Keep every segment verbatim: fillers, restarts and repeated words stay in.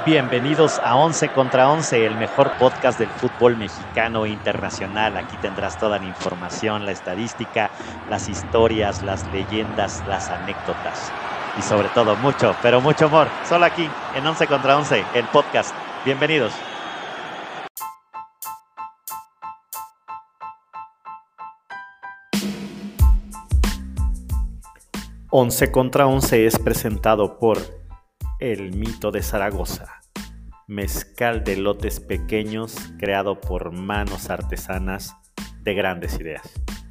Bienvenidos a once contra once, el mejor podcast del fútbol mexicano e internacional. Aquí tendrás toda la información, la estadística, las historias, las leyendas, las anécdotas y sobre todo mucho, pero mucho amor. Solo aquí en once contra once, el podcast. Bienvenidos. once contra once es presentado por El Mito de Zaragoza, mezcal de lotes pequeños creado por manos artesanas de grandes ideas.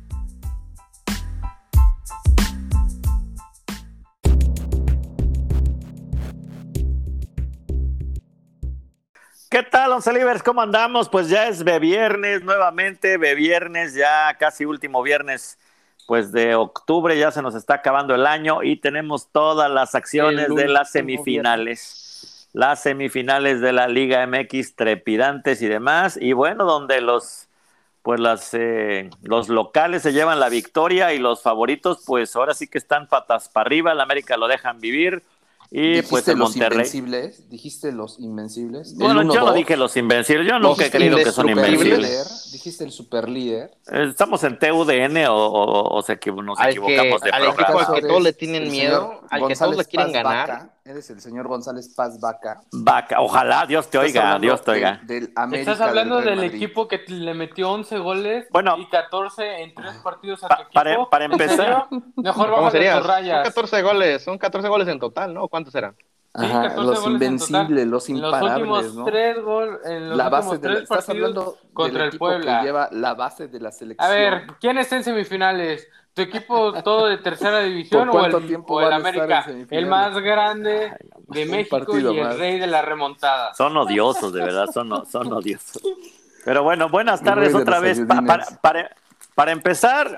¿Qué tal, once Livers? ¿Cómo andamos? Pues ya es viernes nuevamente, viernes, ya casi último viernes pues de octubre, ya se nos está acabando el año y tenemos todas las acciones de las semifinales, las semifinales de la Liga M X trepidantes y demás, y bueno, donde los pues las eh, los locales se llevan la victoria y los favoritos pues ahora sí que están patas para arriba, el América lo dejan vivir. Y ¿Dijiste pues el los Monterrey. Invencibles? ¿Dijiste los Invencibles? Bueno, uno, yo no dos. dije los Invencibles, yo nunca he creído que son invencibles. ¿Dijiste el superlíder? ¿Estamos en T U D N o, o, o se equivo- nos al equivocamos que, de al programa? equipo al que Eres todos le tienen el miedo, señor al que González todos le quieren Paz ganar. Vaca. Eres el señor González Paz Vaca. Vaca, ojalá Dios te Estás oiga, hablando Dios te oiga. del- del América, Estás hablando del, Real del Madrid. equipo que le metió once goles Bueno, y catorce en tres partidos a pa- tu equipo. para- para ¿En empezar- serio? Mejor ¿Cómo vamos a sería? tus Son rayas. catorce goles, son catorce goles en total, ¿no? ¿Cuántos eran? Sí, Ajá, catorce los goles en invencibles, los En los imparables, últimos ¿no? tres goles, en los La base últimos de la, tres estás partidos hablando contra del el equipo Puebla. que lleva la base de la selección. A ver, ¿quién está en semifinales? ¿Tu equipo todo de tercera división ¿Por o cuánto el, tiempo o el van a estar en América? semifinales? El más grande de Un México partido y el más. rey de la remontada. son odiosos, de verdad, son, son odiosos. Pero bueno, buenas El rey tardes de otra los vez. Pa- ayudines. para, para, para empezar,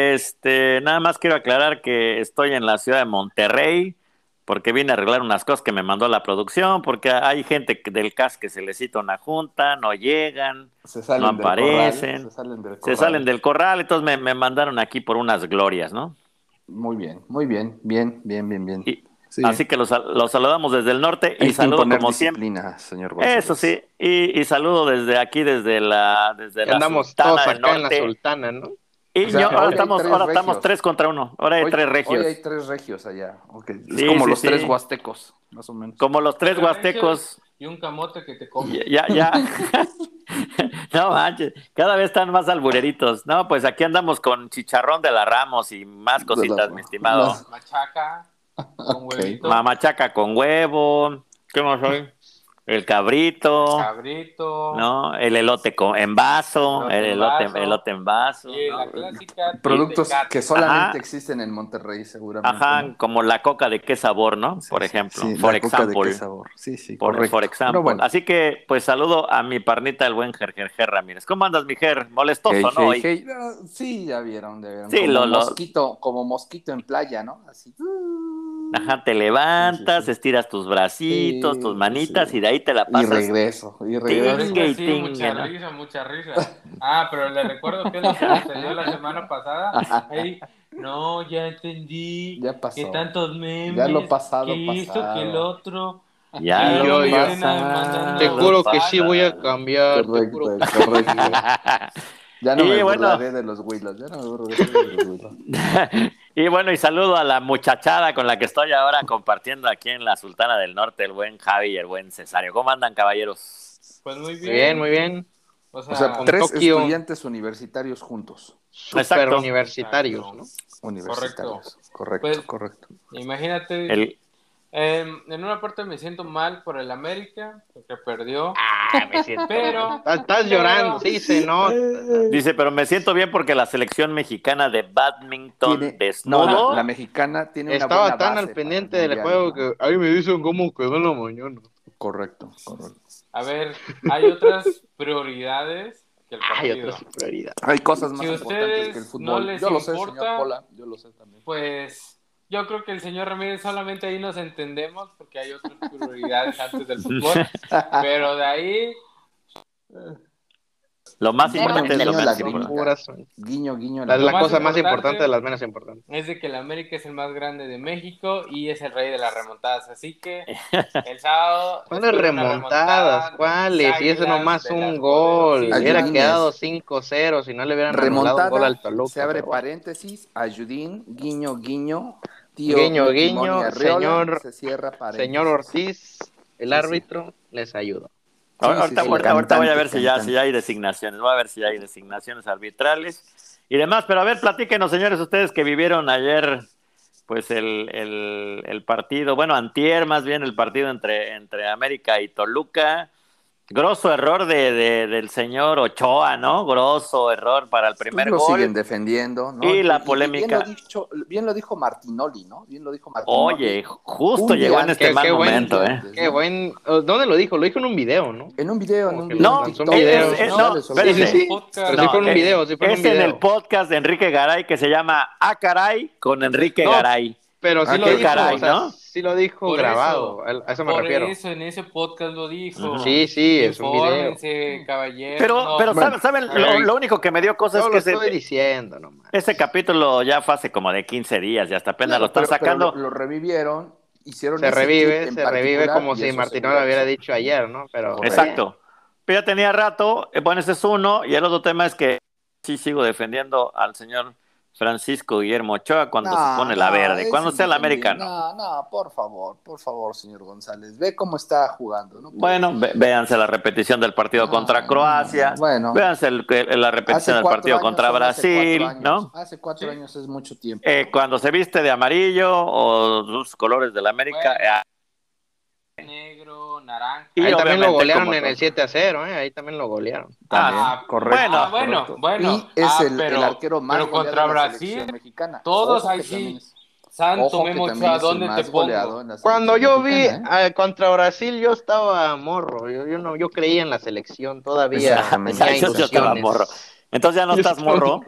este, nada más quiero aclarar que estoy en la ciudad de Monterrey, porque vine a arreglar unas cosas que me mandó la producción, porque hay gente que- del C A S que se les cita una junta, no llegan, Se salen no del aparecen, corral, se salen del se corral. salen del corral, entonces me, me mandaron aquí por unas glorias, ¿no? Muy bien, muy bien, bien, bien, bien, bien. Y- Sí. Así que los, los saludamos desde el norte y Hay que saludo imponer como siempre. disciplina, señor González. Eso sí, y, y saludo desde aquí, desde la, desde la Andamos Sultana todos del acá en la Norte. Sultana, ¿no? Y O sea, yo- hoy ahora hay estamos, tres ahora estamos regios. tres contra uno. Ahora hay Hoy, tres regios. hoy hay tres regios allá. Okay. Es Sí, como sí, los sí. tres huastecos, más o menos. Como los tres Tres huastecos. Y un camote que te come. Ya, ya. No manches, cada vez están más albureritos. No, pues aquí andamos con chicharrón de la Ramos y más cositas, la- mi estimado. más- Machaca con Ok. huevito. Mamachaca con huevo. ¿Qué más hay? El cabrito. Cabrito. ¿No? El elote con, en vaso. Elote el en elote, vaso. elote en vaso. Y ¿no? la clásica Productos Tecate. que solamente Ajá. existen en Monterrey, seguramente. Ajá, ¿no? como la coca de qué sabor, ¿no? Sí, por sí, ejemplo, sí, for la coca de example. qué sabor. Sí, sí, Por, correcto. for example. Pero bueno. Así que, pues saludo a mi parnita, el buen Ger, Ger, Ger Ramírez. ¿Cómo andas, mi Ger? Molestoso, Hey, ¿no? hey, Hoy. hey. Ah, sí, ya vieron, ya vieron. Sí, como lo- lo- mosquito, como mosquito en playa, ¿no? Así. Ajá, te levantas, Sí, sí, sí. estiras tus bracitos, Sí, tus manitas sí. y de ahí te la Y pasas. regreso, y regreso. Tingue y Sí, tingue, mucha ¿no? risa, mucha risa. Ah, pero le recuerdo que es lo que sucedió la semana pasada. Ahí, no, ya entendí. Ya pasó. Que tantos memes. Ya lo pasado, que esto, pasado. que el otro. Ya Y lo yo- me yo- estén mandando- Te juro que sí pasa. voy a cambiar. te Correcto, juro que sí. correcto. Ya no Y me bueno. burlaré de los Willows, ya no me burlaré de los Willows. Y bueno, y saludo a la muchachada con la que estoy ahora compartiendo aquí en la Sultana del Norte, el buen Javi y el buen Cesario. ¿Cómo andan, caballeros? Pues muy Muy bien. bien, muy bien. O sea, O sea, con tres Tokio. estudiantes universitarios juntos. Super Exacto. universitarios, ¿no? Universitarios. Correcto, Pues- correcto. imagínate. El... em, en una parte me siento mal por el América, porque perdió. Ah, me siento. Pero- Estás, estás pero- llorando, sí, se nota. Dice, pero me siento bien porque la selección mexicana de badminton Tiene- desnudo. no, la, la mexicana tiene una Estaba buena tan base al pendiente para el del mundial, juego ¿no? que ahí me dicen cómo quedó en la mañana. Correcto, correcto. A ver, hay otras prioridades que el Hay partido. otras prioridades. Hay cosas más Si importantes ustedes que el no fútbol. les yo lo sé, importa, señor Pola, yo lo sé también. Pues yo creo que el señor Ramírez solamente ahí nos entendemos porque hay otras prioridades antes del fútbol. Pero de ahí, Lo más Guiño, importante es lo guiño, menos la importante. gringa. Puras- Guiño, guiño. La, La la más cosa más importante- importante de las menos importantes. Es de que el América es el más grande de México y es el rey de las remontadas. Así que el sábado. ¿Cuáles después de una remontadas? remontada, ¿Cuáles? Y eso Águilas nomás de un las gol. poderosísimas. Hubiera Ayudines. quedado cinco cero si no le hubieran anulado un gol al Remontada, Toluca. se abre pero bueno. paréntesis, Ayudín, guiño, guiño, tío Guiño, Mickey guiño, Moni Arriola, señor- se cierra paréntesis. Señor Ortiz, el Sí, árbitro, les ayuda. Sí, ahorita, sí, sí, ahorita- ahorita voy a ver cantante, si ya, cantante. si ya hay designaciones, voy a ver si ya hay designaciones arbitrales y demás, pero a ver, platíquenos, señores, ustedes que vivieron ayer, pues el, el, el partido, bueno, antier más bien el partido entre, entre América y Toluca. Grosso error de, de- del señor Ochoa, ¿no? Grosso error para el Pues primer lo gol. siguen defendiendo, ¿no? Y la bien polémica. lo, dicho, bien lo dijo Martinoli, ¿no? Bien lo dijo Martinoli. Oye, justo Un día llegó en antes, este Qué- mal qué buen- momento, ¿eh? antes, Qué ¿no? buen. ¿Dónde lo dijo? Lo dijo en un video, ¿no? En un video, en Como un que video. No, en lanzó un TikTok, video. en redes es- es- sociales, no, o algo espérate. así. Sí, Podcast. pero sí fue en un es- video, sí fue en es un en video. el podcast de Enrique Garay que se llama Ah, caray, con Enrique No, Garay. Pero sí Ah, lo qué dijo, caray, o sea, ¿no? sí lo dijo Por grabado, eso, a eso me por refiero. eso en ese podcast lo dijo. Sí, sí, es un video. Infórmense, caballeros. Pero, No, pero bueno, ¿saben? a ver, Lo, lo único que me dio cosa Yo es lo que estoy ese, diciendo nomás. ese capítulo ya fue hace como de quince días y hasta apenas Claro, lo están pero- pero sacando. lo, lo revivieron, hicieron Se ese revive, clip en se revive particular, como y si eso Martín se lo hubiera viralizó. dicho ayer, ¿no? Pero Correcto. Exacto. Pero ya tenía rato. eh, Bueno, ese es uno. Y el otro tema es que sí sigo defendiendo al señor Francisco Guillermo Ochoa cuando No, se pone la no, verde, es cuando sea el indefendible. americano. No, no, por favor, por favor, señor González. Ve cómo está jugando, ¿no? Bueno, ve- véanse la repetición del partido No, contra Croacia. no, bueno. Véanse el- el- la repetición del cuatro partido años contra o no hace Brasil, cuatro años. ¿no? Hace cuatro Sí. años es mucho tiempo. Eh, cuando se viste de amarillo o los colores del América. Bueno. eh, negro, naranja. Y ahí también lo obviamente golearon como en el todo. siete a cero, ¿eh? Ahí también lo golearon. También, Ah, correcto. bueno, Ah, bueno, correcto. bueno. Y es Ah, el, pero- el arquero más pero goleado contra de la Brasil, selección mexicana. todos Ojo ahí que sí. también es- Santo ojo que Memo también Ochoa, es el ¿dónde más te pongo? goleado en la Cuando selección yo vi mexicana, ¿eh? ah, contra Brasil, yo estaba morro. Yo, yo no, yo creía en la selección todavía. Exactamente. Tenía Yo- yo estaba ilusiones. morro. Entonces ya no estás morro.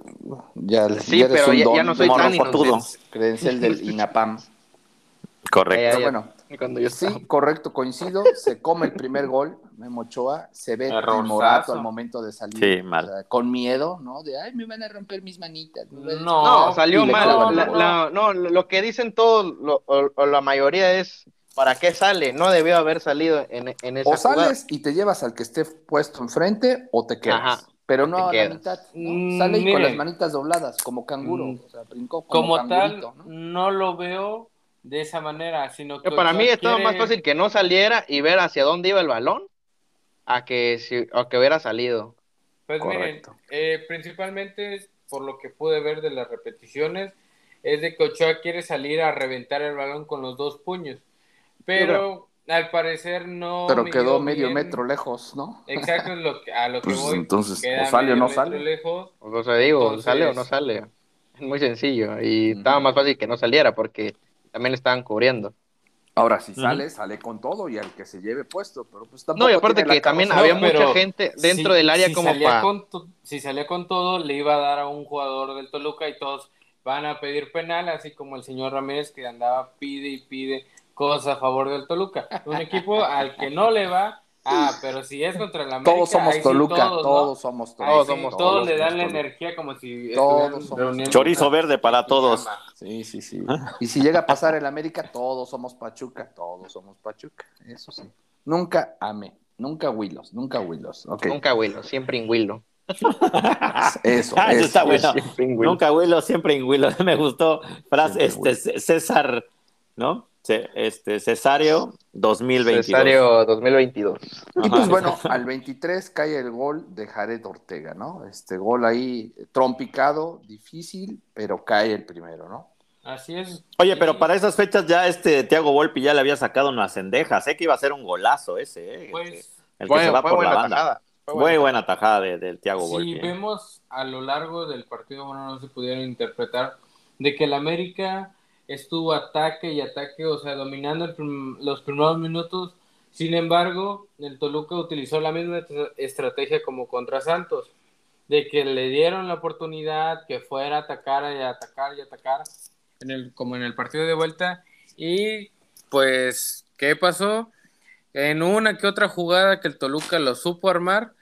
Ya, Sí, ya eres pero un ya, don ya no soy morro tan fortudo. inocente. credencial del INAPAM. Correcto. Ya, Pero ya, bueno, cuando yo sí, estaba- correcto, coincido. Se come el primer gol, Memo Ochoa, se ve Errorzazo. timorato al momento de salir. Sí, mal. O sea, con miedo, ¿no? De, ay, me van a romper mis manitas. me van a-". No, No, salió y le mal. clavan La- el la- no, lo que dicen todos, lo- o, o la mayoría es, ¿para qué sale? No debió haber salido en, en esa O jugada. sales y te llevas al que esté puesto enfrente o te quedas. Ajá, pero o no te a la quedas. mitad. ¿no? Mm, Sale y con miren. las manitas dobladas, como canguro. Mm. O sea, brincó como, Como tal, cangurito, ¿no? no lo veo de esa manera, sino que Que para Ochoa mí estaba quiere- más fácil que no saliera y ver hacia dónde iba el balón a que, si, a que hubiera salido. Pues Correcto. miren, eh, principalmente por lo que pude ver de las repeticiones, es de que Ochoa quiere salir a reventar el balón con los dos puños, pero al parecer no. Pero midió quedó medio bien. metro lejos, ¿no? Exacto, es lo que, a lo que Pues voy. entonces, Queda o sale o medio no metro sale. lejos. O sea, digo, Entonces- ¿sale o no sale? Es muy sencillo. Y Ujú. estaba más fácil que no saliera porque también le estaban cubriendo. Ahora, si Ujú. sale, sale con todo y al que se lleve puesto. Pero pues tampoco No, y aparte tiene la que también carrocería. había pero mucha gente dentro si- del área si como salía para... con to- si salía con todo, le iba a dar a un jugador del Toluca y todos van a pedir penal, así como el señor Ramírez que andaba pide y pide cosas a favor del Toluca. Un equipo al que no le va, ah, pero si es contra el América, Todos somos ahí sí Toluca, todos, todos, ¿no? somos Ahí Toluca. Todos sí, somos todos Toluca, le dan la somos Toluca. energía como si Todos estuvieran somos reuniendo Chorizo una verde para todos. pijama. Sí, sí, sí. Y si llega a pasar el América, todos somos Pachuca, todos somos Pachuca, eso sí. Nunca amé, nunca Willos, nunca Willos. Ok, Nunca Willow, siempre en Willow. eso, Ah, eso eso. está bueno. Siempre en Willow. Nunca Willow, siempre en Willow. Me gustó. Frase, Siempre este, C- César, ¿no? Ce- Este, Cesario dos mil veintidós. Cesario dos mil veintidós. Y Ajá. pues bueno, al veintitrés cae el gol de Jared Ortega, ¿no? Este gol ahí trompicado, difícil, pero cae el primero, ¿no? Así es. Oye, pero Y, para esas fechas ya este Thiago Volpi ya le había sacado unas cendejas. Sé que iba a ser un golazo ese, ¿eh? pues, el que Fue, se va fue por la buena banda. tajada. Fue Muy buena buena tajada de, del Thiago si Volpi. ¿eh? vemos a lo largo del partido, bueno, no se pudieron interpretar de que el América estuvo ataque y ataque, o sea, dominando el prim- los primeros minutos. Sin embargo, el Toluca utilizó la misma est- estrategia como contra Santos, de que le dieron la oportunidad que fuera a atacar y atacar y atacar, en el, como en el partido de vuelta. Y pues, ¿qué pasó? En una que otra jugada que el Toluca lo supo armar,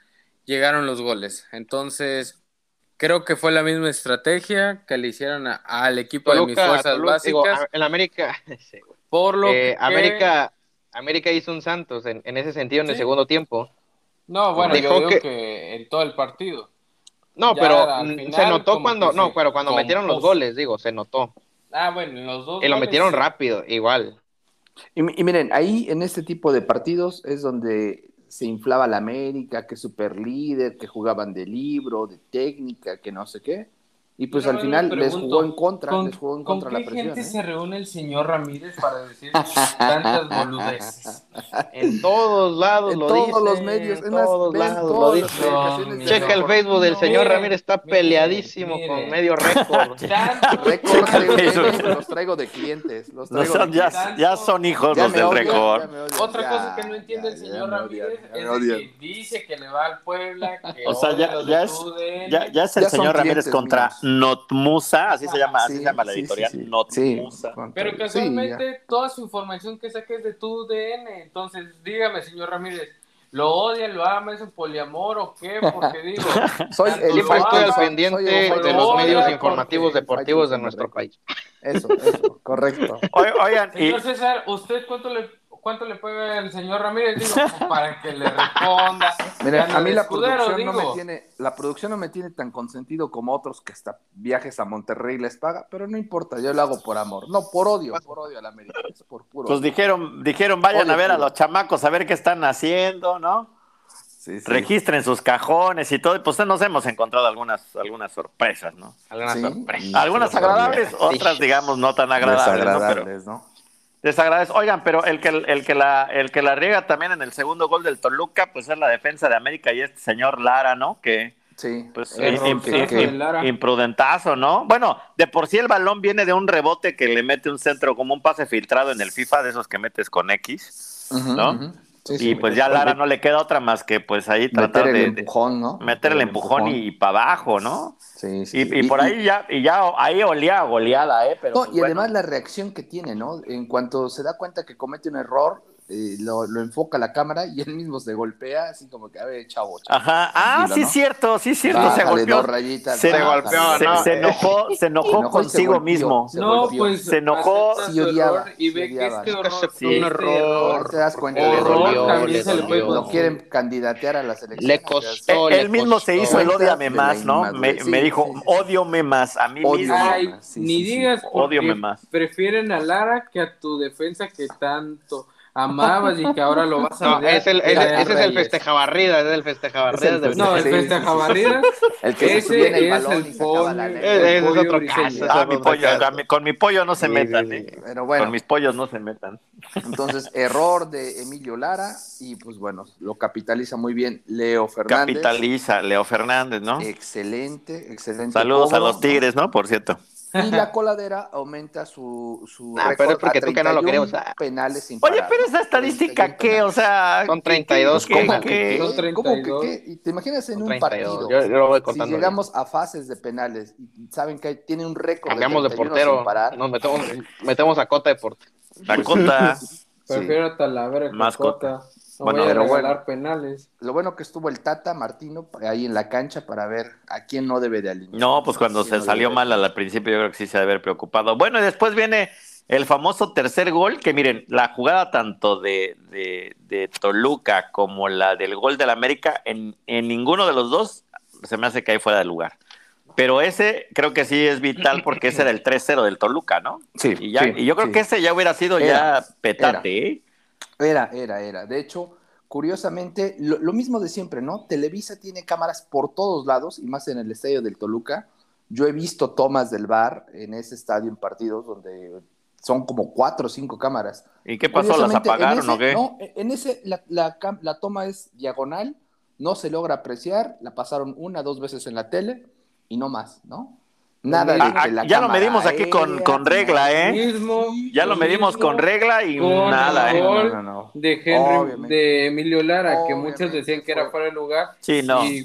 llegaron los goles. Entonces, creo que fue la misma estrategia que le hicieron a- al equipo de mis Toluca, fuerzas Toluca, digo, básicas. a- en América, sí, güey. Por lo Eh, que... América, América hizo un Santos en, en ese sentido en el Sí. segundo tiempo. No, bueno, yo Dejó digo que- que en todo el partido. No, Ya pero al mm, final, se notó como cuando, que no, se pero cuando metieron los compuso. goles, digo, se notó. Ah, bueno, en los dos Y lo goles, metieron sí. rápido, igual. Y, y miren, ahí en este tipo de partidos es donde se inflaba la América, que super líder, que jugaban de libro, de técnica, que no sé qué. Y pues Yo al nada más final me les pregunto, jugó en contra, ¿con, les jugó en con contra qué la presión. gente ¿eh? se reúne el señor Ramírez para decir tantas boludeces? En todos lados En lo todos dice, los medios, en es más, todos ves lados lo todas las dice. publicaciones de Checa el récord. Facebook del No, señor miren, Ramírez, está miren, peleadísimo miren. con medio récord. Tanto, Récords de U D N, Facebook. los traigo de clientes. Los No traigo son, de ya, clientes. ya son hijos Ya los me del odian, récord. ya me odian, Otra ya, cosa que no entiende ya, el ya señor me Ramírez odian, ya me es de odian. que dice que le va al Puebla, que O sea, odia ya, los ya de es, tu D N. ya, ya es el Ya son señor Ramírez clientes contra míos. Notmusa, así se llama, así Sí, se llama la sí, editorial, sí, sí. Notmusa. Sí, Pero sí, casualmente toda su información que saques de tu D N, entonces dígame, señor Ramírez, ¿lo odia, lo ama, es un poliamor o qué? Porque digo, ya. Soy tanto el Siempre lo estoy al ama, soy- pendiente soy el de lo los odia medios porque- informativos deportivos de nuestro país. Eso, eso, correcto. O- Oigan, y, Señor César, ¿usted cuánto le cuánto le paga el señor Ramírez? Digo, pues, para que le responda. Mira, Gana a mí de la escudero, producción no me digo. tiene, la producción no me tiene tan consentido como otros que hasta viajes a Monterrey les paga, pero no importa, yo lo hago por amor, no por odio, por odio a la América, es por puro pues odio. dijeron, dijeron, vayan Odio a ver a puro. los chamacos a ver qué están haciendo, ¿no? Sí, sí. Registren sus cajones y todo, y pues nos hemos encontrado algunas, algunas sorpresas, ¿no? Alguna Sí, sorpresa. y- Algunas sí, agradables, sí. otras digamos no tan agradables, ¿no? Pero desagradables, ¿no? desagradables. Oigan, pero el que, el que la, el que la riega también en el segundo gol del Toluca, pues es la defensa de América y este señor Lara, ¿no? Que Sí, pues error im- que- im- que- de Lara. imprudentazo, ¿no? Bueno, de por sí el balón viene de un rebote que le mete un centro como un pase filtrado en el FIFA, de esos que metes con X, Ujú, ¿no? ujú. Sí, Y sí. pues ya a Lara no le queda otra más que pues ahí meter tratar el de, empujón, ¿no? de meter el empujón y, para abajo, ¿no? Sí, sí. Y, y por ahí ya, y ya ahí olía a goleada, ¿eh? Pero No, pues, y bueno. además la reacción que tiene, ¿no? En cuanto se da cuenta que comete un error, eh, lo, lo enfoca la cámara y él mismo se golpea, así como que, a ver, chavo, chavo. Ajá, ah, tranquilo, sí, ¿no? cierto, sí, cierto, se Bájale golpeó. dos rayitas, se, Se bájale, golpeó, se, ¿no? se enojó, se enojó Se enojó y se consigo golpeó. mismo. Se No, golpeó. pues Se enojó, acepta sí su odiaba, error y sí ve que odiaba. este Es que horror, aceptó que un este error. Te das cuenta, Le le horror dolió, también le se le puede dolió. no quieren candidatear a la selección. Le te das costó. Él, le él mismo se hizo el Cuentas odiame de la más, ¿no? Me, inmadurez. Sí, me dijo, sí, sí, sí. odiome más, a mí Odio mismo. Ay, más, sí, ni sí, sí. digas porque Ódiame más. prefieren a Lara que a tu defensa que tanto amabas y que ahora lo vas a No, odiar. es el, que ese, a ese es el Reyes. festejabarridas, es el festejabarridas. Es de el No, el Sí, sí, sí, sí. festejabarridas, El que se ese subía en el es balón el y sacaba la pollo, lengua. Ese es pollo otro briseño. caso. Ah, Ese mi es otro pollo, caso. a mí- con mi pollo no se Sí, metan, sí, ¿eh? sí. Pero bueno, Con mis pollos no se metan. entonces error de Emilio Lara y pues bueno, lo capitaliza muy bien Leo Fernández. Capitaliza, Leo Fernández, ¿no? Excelente, excelente. Saludos a cobro, los Tigres, ¿no? Por cierto. ¿no? Y la coladera aumenta su, su Ah, récord pero es porque a tú que no lo treinta y uno querías. penales sin Oye, parar, pero ¿no? esa estadística, treinta y uno ¿qué? O sea, Son ¿qué- treinta y dos qué- ¿Cómo qué- que qué? qué? Son treinta ¿Cómo y que dos. qué? Y te imaginas en Son un treinta y dos. partido, Yo, yo lo voy si contando. llegamos a fases de penales y saben que hay- tiene un récord Cambiamos de treinta y uno portero. sin parar, Nos metemos, metemos a Cota de portero. Dakota. sí. Prefiero a Talavera que Mascota. Cota. No Bueno, voy a pero regalar bueno. penales. Lo bueno que estuvo el Tata Martino ahí en la cancha para ver a quién no debe de alinear. No, pues cuando ¿A quién se no salió debe de mal alinear? al principio, yo creo que sí se debe haber preocupado. Bueno, y después viene el famoso tercer gol, que miren, la jugada tanto de, de, de Toluca como la del gol del América, en, en ninguno de los dos se me hace que hay fuera de lugar. Pero ese creo que sí es vital porque ese era el tres cero del Toluca, ¿no? Sí, Y, ya, sí, y yo creo sí. que ese ya hubiera sido Era, ya petate, ¿eh? Era, era, era. De hecho, curiosamente, lo, lo mismo de siempre, ¿no? Televisa tiene cámaras por todos lados, y más en el estadio del Toluca. Yo he visto tomas del V A R en ese estadio en partidos donde son como cuatro o cinco cámaras. ¿Y qué pasó? ¿Las Curiosamente, en apagaron ese- o qué? No, en ese la, la cam- la toma es diagonal, no se logra apreciar, la pasaron una, dos veces en la tele y no más, ¿no? Nada de Ah, ah, que la ya lo cámara medimos aquí con- aérea, con regla, nada. ¿eh? Mismo, Ya lo medimos mismo con regla y con nada, ¿eh? el gol No, no, no. de Henry, Obviamente. de Emilio Lara, que Obviamente muchos decían que era fue- fuera de lugar. Sí, no. Y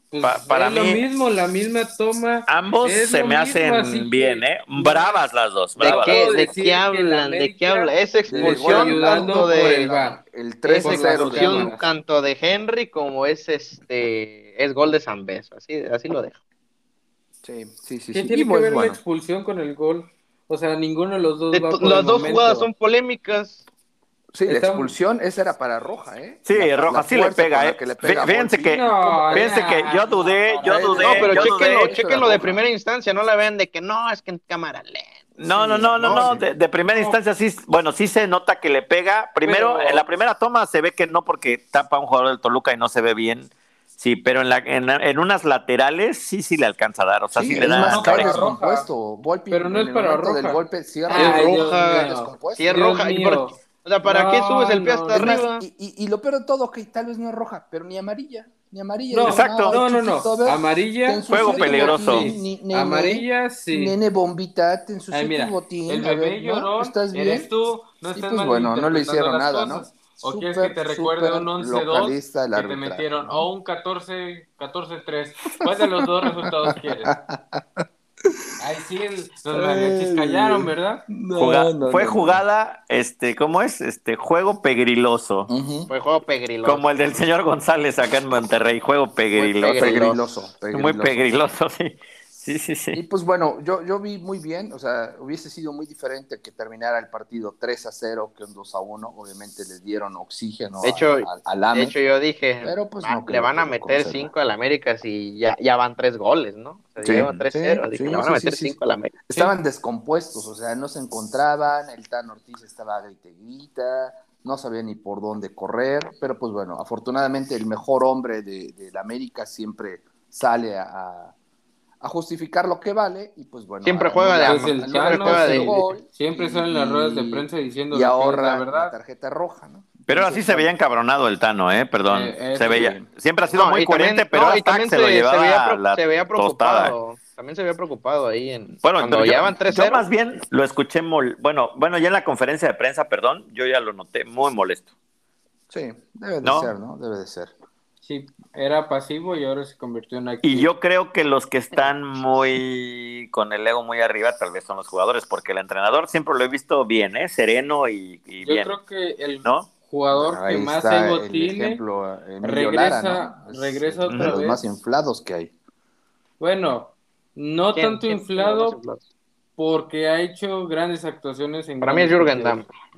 Pues Pa- para es lo mí- mismo, la misma toma. Ambos es se lo me mismo, hacen así bien, que- ¿eh? Bravas las dos, ¿De bravas. qué, Puedo de decir qué que la hablan? ¿De qué América hablan? Es le expulsión ayudando tanto por el de VAR. El es tres a por las cero. expulsión cámaras. tanto de Henry como es este es gol de Zambés, así, así lo dejo. Sí, sí, sí. ¿Qué sí. tiene Y que pues, ver la bueno, expulsión con el gol? O sea, ninguno de los dos De va to- por las el dos momento. jugadas son polémicas. sí, la Está- expulsión, esa era para Roja, ¿eh? Sí, La- Roja la sí le fuerza pega, con la ¿eh? que le Fí- pega a Fíjense Volpi. que, No, fíjense ya, que yo dudé, no, yo para- dudé, No, pero yo chéquenlo, dudé. chéquenlo Roja. de primera instancia, no la vean de que no, es que en cámara lenta. No, no, Sí, no, no, no, no, sí. de, de primera No. instancia sí, bueno, sí se nota que le pega. Primero, Pero- en la primera toma se ve que no porque tapa a un jugador del Toluca y no se ve bien. Sí, pero en, la, en, en unas laterales sí, sí le alcanza a dar, o sea, sí, Sí, le es da más, no cae para parejo. Roja. descompuesto. Volpi, Pero no en es el para momento Roja. del golpe, cierra Si es Ay, Dios roja, mío. descompuesto. si es Dios roja, mío. ¿por qué? O sea, ¿para No, qué subes el pie no. hasta Es más, arriba? y, y, y lo peor de todo, que tal vez no es roja, pero ni amarilla, ni amarilla. No, Digo, Exacto. no, no, no. chiquito, a ver, te Amarilla. ensució Juego tu peligroso. botín, ni- nene, Amarilla, sí. Nene bombita, te ensució Ay, mira, tu botín. el a bebé ver, ¿no? llorón ¿Estás bien? eres tú, no Y estés pues bueno, no le malinterpretando hicieron las nada, cosas. ¿no? O quieres Súper, que te recuerde súper un once dos localista el que te arbitraje, metieron, ¿no? o un catorce tres. ¿Cuál de los dos resultados quieres? Ay, sí, el- los mariachis callaron, ¿verdad? No, Juga- no, fue no, no. jugada, este, ¿cómo es? Este, juego pegriloso. Ujú. Fue juego pegriloso. Como el del señor González acá en Monterrey, juego pegriloso. pegriloso. Pegriloso, Muy pegriloso. pegriloso, sí. Sí, sí, Y sí. pues bueno, yo, yo vi muy bien, o sea, hubiese sido muy diferente que terminara el partido tres a cero que un dos a uno. Obviamente le dieron oxígeno De hecho, al, al, al De AME, hecho, yo dije, pero pues "Ah, no le creo van a que lo meter conserve. cinco al América si ya, ya van tres goles, ¿no? O sea, Sí, llevan tres cero. sí, Dije, sí, le van a sí, meter sí, sí. cinco al América. Estaban descompuestos, o sea, no se encontraban, el Tan Ortiz estaba grite y grita, no sabía ni por dónde correr, pero pues bueno, afortunadamente el mejor hombre de, de la América siempre sale a, a justificar lo que vale y pues bueno. Siempre a- juega de anula- Pues el anula siempre Chano juega el de- gol siempre y- sale en las ruedas de y- prensa diciendo y lo que es ahorra la la verdad. tarjeta roja, ¿no? Pero Entonces, así se veía encabronado el Tano, ¿eh? Perdón. Eh, eh, se sí. veía. Siempre ha sido No, muy y también- coherente, pero no, y hasta también se lo llevaba se veía, a pro- la se veía tostada. preocupado. También se veía preocupado ahí en Bueno, cuando pero ya yo, van tres yo cero. más bien lo escuché, mol- bueno, bueno, ya en la conferencia de prensa, perdón, yo ya lo noté muy molesto. Sí, debe de ¿No? ser, ¿no? Debe de ser. Sí, era pasivo y ahora se convirtió en activo. Y yo creo que los que están muy con el ego muy arriba tal vez son los jugadores, porque el entrenador siempre lo he visto bien, ¿eh? Sereno y, y Yo bien, creo que el ¿no? jugador Ahí que más está ego el tiene, ejemplo, Emilio regresa- Lara, ¿no? Es regresa uno otra de los vez. más inflados que hay. bueno, no ¿Quién- tanto quién- inflado quién- porque ha hecho grandes actuaciones en Para mí es grandes Jürgen Damm. partidos.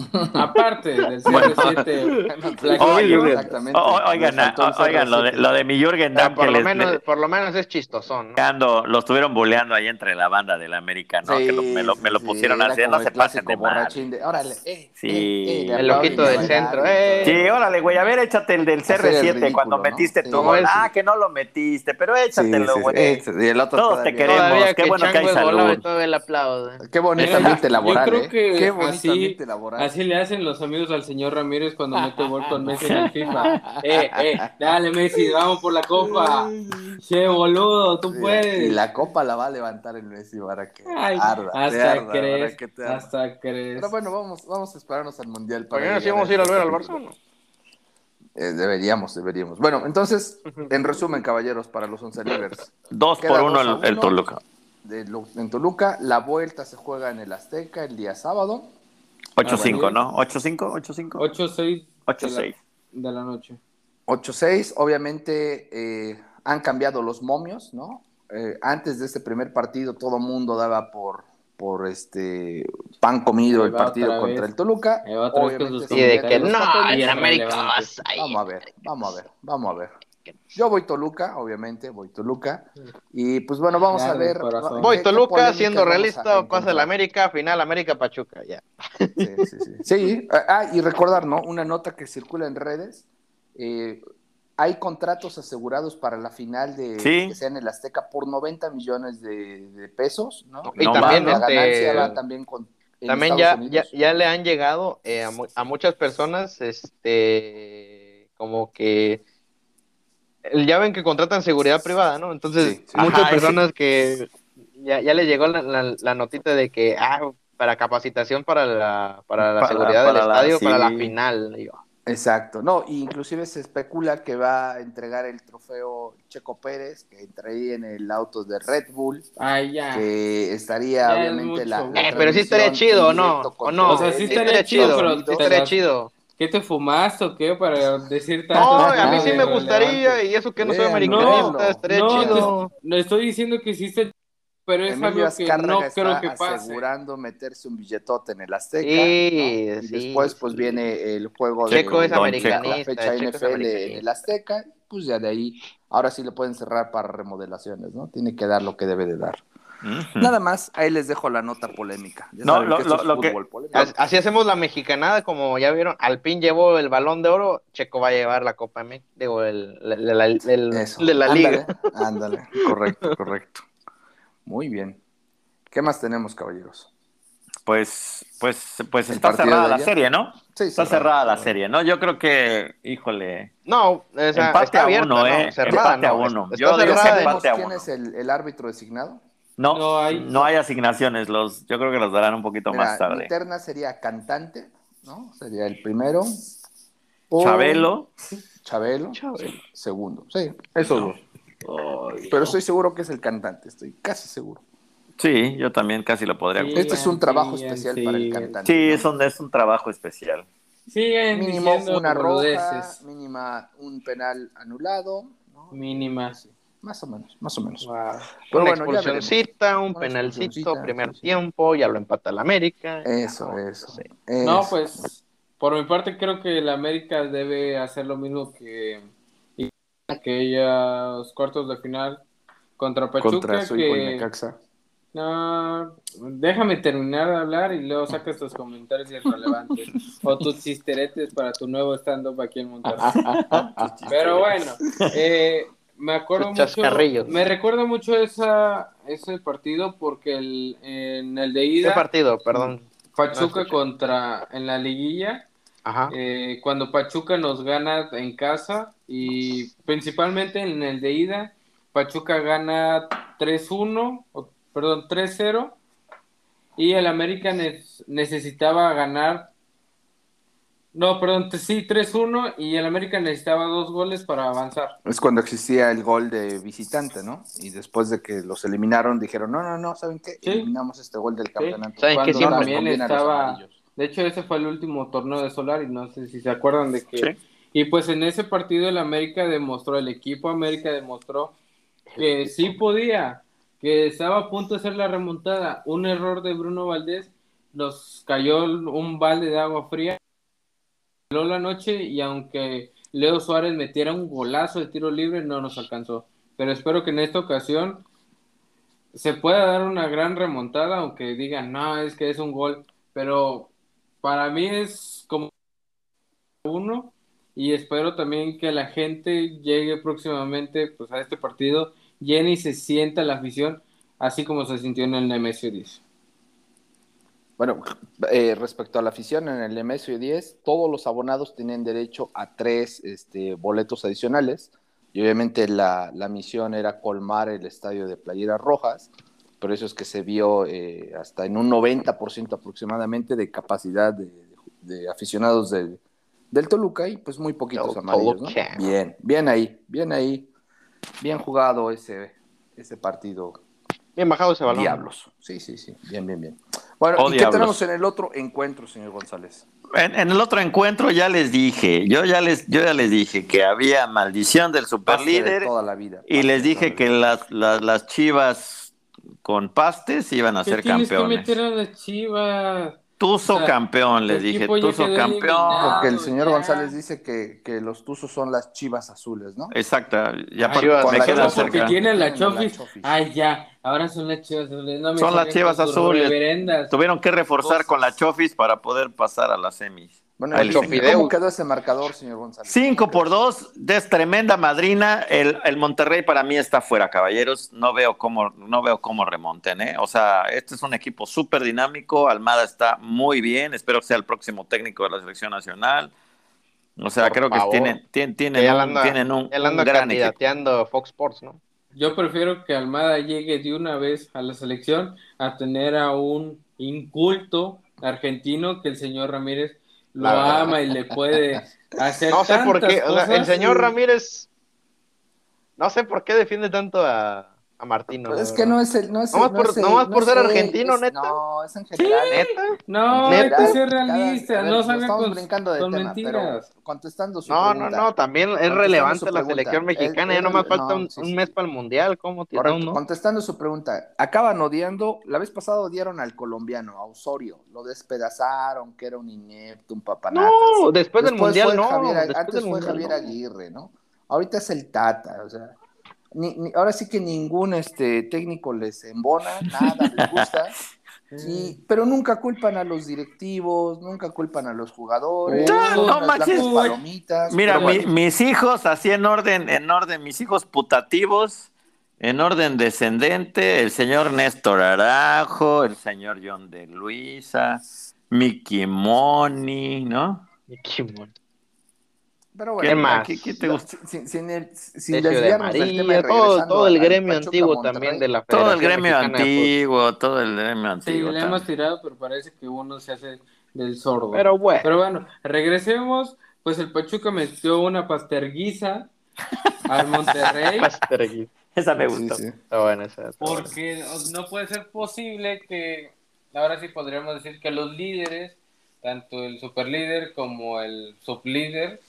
Aparte del Bueno. C R siete, Oye, exactamente. O- oigan, Me faltó el o- oigan, lo de, C R siete. lo de mi Jürgen Pero Damm por que lo les, menos, le- por lo menos es chistosón, ¿no? Ando- lo estuvieron bulleando ahí entre la banda del América, ¿no? que lo- me, lo, me lo Sí, pusieron era así, como no el se pasen clásico de mal. borrachín de, órale, eh, Sí. eh, eh, de El loquito aplaudir, del bailar centro, y eh. todo. Sí, órale, güey, a ver, échate el del Hacer C R el siete ridículo, cuando ¿no? metiste Sí. tu Como gol. es- Ah, que no lo metiste, pero échatelo, Sí, sí, güey. sí, sí, y el otro Todos te todavía. queremos, Todavía qué que bueno que hay Chango es volado y salud. todo el aplaude. Qué bonito Mira, ambiente yo laboral, creo ¿eh? que Qué bonito así, ambiente laboral. así le hacen los amigos al señor Ramírez cuando mete gol con Messi en el FIFA. Eh, eh, dale Messi, vamos por la copa. Che, boludo, tú Sí, puedes. Y la copa la va a levantar el Messi para que Ay, arda, te hasta arda, para crees, que te arda. hasta crees. Pero bueno, vamos, vamos a esperarnos al Mundial. ¿Por para qué no nos llegar íbamos a ir a este ver al capítulo. Barça o no? Eh, deberíamos, deberíamos. Bueno, entonces, en resumen, caballeros, para los once livers. Dos Queda por uno dos a el, el uno. Toluca. De Lu- en Toluca, la vuelta se juega en el Azteca el día sábado. ocho cinco, Ah, ¿no? ocho cinco, ocho cinco. ocho seis ocho de, seis. la- de la noche. ocho seis, obviamente eh, han cambiado los momios, ¿no? Eh, antes de este primer partido todo mundo daba por, por este pan comido Ahí el va partido otra contra vez. el Toluca. Ahí va otra vez con Obviamente sus Y de que cambiaron no, los papeles. y en América relevante. vas ahí. Vamos a ver, vamos a ver, vamos a ver. Yo voy Toluca, obviamente, voy Toluca. Y pues bueno, vamos Claro, a ver. corazón. Voy qué- qué Toluca, polémicas siendo vamos a realista, pasa el encontrar. América, final América Pachuca, ya. Sí, sí, sí. Sí, ah, y recordar, ¿no? Una nota que circula en redes. eh, hay contratos asegurados para la final de Sí. que sea en el Azteca por noventa millones de, de pesos, ¿no? Y No también, mames. la ganancia este, va también con en también Estados ya, ya, Unidos. ya le han llegado eh, a, mu- a muchas personas, este, como que, ya ven que contratan seguridad privada, ¿no? Entonces, Sí, sí. muchas Ajá, personas que ya, ya les llegó la, la, la notita de que, ah, para capacitación para la, para la Para- seguridad para del la- estadio, sí. para la final. Y yo, Exacto, no, inclusive se especula que va a entregar el trofeo Checo Pérez, que entraría en el auto de Red Bull, Ay, ya. que estaría Ya es obviamente la, mucho, la güey. Pero sí estaría transmisión chido, en ¿no? directo ¿O con no? O sea, sí T V de estaría chido, Estados pero Unidos. Sí estaría las- chido. ¿Qué te fumaste o qué para decir No, tantas a mí cosas sí me irrelevantes? gustaría, y eso que no soy Véanlo, americanista, véanlo. estaría No, chido. te, no estoy diciendo que sí esté, pero es Emilio algo que Azcárraga no creo está que pase. asegurando meterse un billetote en el Azteca, Sí, ¿no? Y sí, después pues sí. viene el juego Checo de, es Don de la americanista, fecha Checo es N F L en el americanista. Azteca, pues ya de ahí, ahora sí le pueden cerrar para remodelaciones, ¿no? Tiene que dar lo que debe de dar. Ujú. Nada más, ahí les dejo la nota polémica. Ya No, saben lo- que esto lo- es lo que- fútbol polémico. As- Así hacemos la mexicanada, como ya vieron, Alpín llevó el Balón de Oro, Checo va a llevar la Copa M X, digo, el, el- el- el- el- Eso, de la ándale, liga. ándale, correcto, correcto. Muy bien. ¿Qué más tenemos, caballeros? Pues, pues, pues ¿El está partido cerrada de la ayer? serie, ¿no? Sí, Está cerrado, cerrada la cerrado. serie, ¿no? Yo creo que, híjole, No, o sea, empate está a abierta, uno, no, ¿eh? cerrada, Empate a no, uno. está Yo digo que cerrada. ¿Sabemos empate a quién uno. es el, el árbitro designado? No, No no hay. hay, asignaciones. Los, yo creo que los darán un poquito Mira, más tarde. mi terna sería cantante, ¿no? Sería el primero. O Chabelo. Chabelo. Chabelo. Sí, segundo. Sí, esos dos. Pero estoy seguro que es el cantante, estoy casi seguro. Sí, yo también casi lo podría. Sí. Sí, Este es un trabajo sigan, especial para el sigan. cantante. ¿no? es, un, es un trabajo especial. Siguen Mínimo diciendo una roja, boludeces. mínima un penal anulado. ¿no? Mínima. Sí, más o menos, más o menos. Wow. Pero Una bueno, ya veremos. expulsioncita, un Una penalcito, expulsioncita, primer sí, sí. tiempo, ya lo empata el América. Eso, Ya, eso. sí. No, eso. pues, por mi parte creo que el América debe hacer lo mismo que aquellos cuartos de final contra Pachuca, Contra su hijo el que Necaxa. no, déjame terminar de hablar y luego sacas tus comentarios irrelevantes o tus chisteretes para tu nuevo stand-up aquí en Monterrey. Pero bueno, eh, me acuerdo Sus mucho, chascarrillos. me recuerda mucho esa, ese partido porque el, en el de ¿Qué ida, partido? Perdón. Pachuca No escuché. contra, en la liguilla, Ajá. eh, cuando Pachuca nos gana en casa y principalmente en el de ida, Pachuca gana tres uno, o, perdón, tres cero y el América ne- necesitaba ganar, no, perdón, t- sí, tres uno y el América necesitaba dos goles para avanzar. Es cuando existía el gol de visitante, ¿no? Y después de que los eliminaron, dijeron, no, no, no, ¿saben qué? Sí. Eliminamos este gol del campeonato. ¿Saben qué? Cuando Sí, no nos también conviene a los estaba, amarillos. de hecho ese fue el último torneo de Solari, no sé si se acuerdan de que, Sí. y pues en ese partido el América demostró, el equipo América demostró que sí podía, que estaba a punto de hacer la remontada, un error de Bruno Valdés, nos cayó un balde de agua fría, la noche y aunque Leo Suárez metiera un golazo de tiro libre, no nos alcanzó, pero espero que en esta ocasión se pueda dar una gran remontada, aunque digan, no, es que es un gol, pero para mí es como uno y espero también que la gente llegue próximamente pues a este partido, llene y se sienta la afición, así como se sintió en el Nemesio diez. Bueno, eh, respecto a la afición en el Nemesio diez, todos los abonados tienen derecho a tres este, boletos adicionales. Y obviamente la, la misión era colmar el estadio de Playeras Rojas. Por eso es que se vio eh, hasta en un noventa por ciento aproximadamente de capacidad de, de aficionados del, del Toluca y pues muy poquitos Tol- amarillos, ¿no? Toluca. Bien, bien ahí, bien ahí. Bien jugado ese, ese partido. Bien bajado ese balón. Diablos. Sí, sí, sí. Bien, bien, bien. Bueno, Oh, ¿y qué diablos. tenemos en el otro encuentro, señor González? En, en el otro encuentro ya les dije, yo ya les, yo ya les dije que había maldición del Pase de superlíder toda la vida. y pase les de dije toda que la vida. las, las, las Chivas con pastes iban a ¿Qué ser tienes campeones. que meter a las Chivas? Tuzo O sea, campeón, les tu dije, equipo ya Tuzo quedó campeón. eliminado. Porque el señor ya. González dice que, que los Tuzos son las Chivas azules, ¿no? Exacto, ya Ay, pa- Chivas, me con la queda Chivas Solo porque cerca. tienen la Tienen a la Chofis. Chofis. Ay, ya. Ahora son las Chivas azules. No me Son las saquen Chivas con sus azules. reverendas. Tuvieron que reforzar cosas. con la Chofis para poder pasar a las semis. Bueno, Ahí ¿y les Chofi- encargo. ¿cómo Fideo. quedó ese marcador, señor González? Cinco por dos, es tremenda madrina. El, el Monterrey para mí está fuera, caballeros. No veo cómo, no veo cómo remonten, ¿eh? O sea, este es un equipo súper dinámico. Almada está muy bien. Espero que sea el próximo técnico de la selección nacional. O sea, Por creo que favor. tienen, tienen, Que tienen ya un, la anda, tienen un, ya la un anda gran equipo. candidateando Fox Sports, ¿no? Yo prefiero que Almada llegue de una vez a la selección a tener a un inculto argentino que el señor Ramírez lo ama y le puede hacer No sé por qué, tantas o sea, el cosas, señor y- Ramírez, no sé por qué defiende tanto a, a Martino. Pues la es que verdad. no es el, no es Nomás el, no por- es el- nomás no por es ser él, argentino, es- ¿neta? No, es en general. ¿Neta? No, En hay ¿Neta? que general, ser cada- realista, a ver, no nos salga estamos con, brincando de con tema, pero mentiras. contestando su No, no, pregunta. no, también es Contestando relevante su la pregunta, selección es- mexicana, es ya nomás rele- falta no, un, sí, un sí, mes sí. para el Mundial, ¿cómo? No, Correcto. no. Contestando su pregunta, acaban odiando, la vez pasada odiaron al colombiano, a Osorio, lo despedazaron, que era un inepto, un papanatas. No, después del Mundial, fue no, Javier, después antes del fue Mundial, Javier no. Aguirre, ¿no? Ahorita es el Tata, o sea, ni, ni- ahora sí que ningún este, técnico les embona, nada les gusta. Y, pero nunca culpan a los directivos, nunca culpan a los jugadores, Ah, son no unas manches. blancas palomitas. Mira, pero mi- bueno, mis hijos, así en orden, en orden, mis hijos putativos, en orden descendente, el señor Néstor Arajo, el señor John de Luisa, Mickey Moni, ¿no? Qué mono. pero ¿Qué bueno, más? ¿Qué, qué te lo- gusta? sin, sin el- sin Decio de desviarnos del tema y María, todo, regresando todo el al gremio Pachuca antiguo Monterrey, también de la Todo el Federación gremio Mexicana de Fútbol. antiguo, todo el gremio Sí, antiguo. le hemos también. tirado, pero parece que uno se hace del sordo. Pero bueno. Pero bueno, regresemos. Pues el Pachuca metió una pasterguiza al Monterrey. Pastergui. Esa me Sí, gustó. sí. Está buena esa. está buena. Porque no puede ser posible que, ahora sí podríamos decir que los líderes, tanto el superlíder como el sublíder,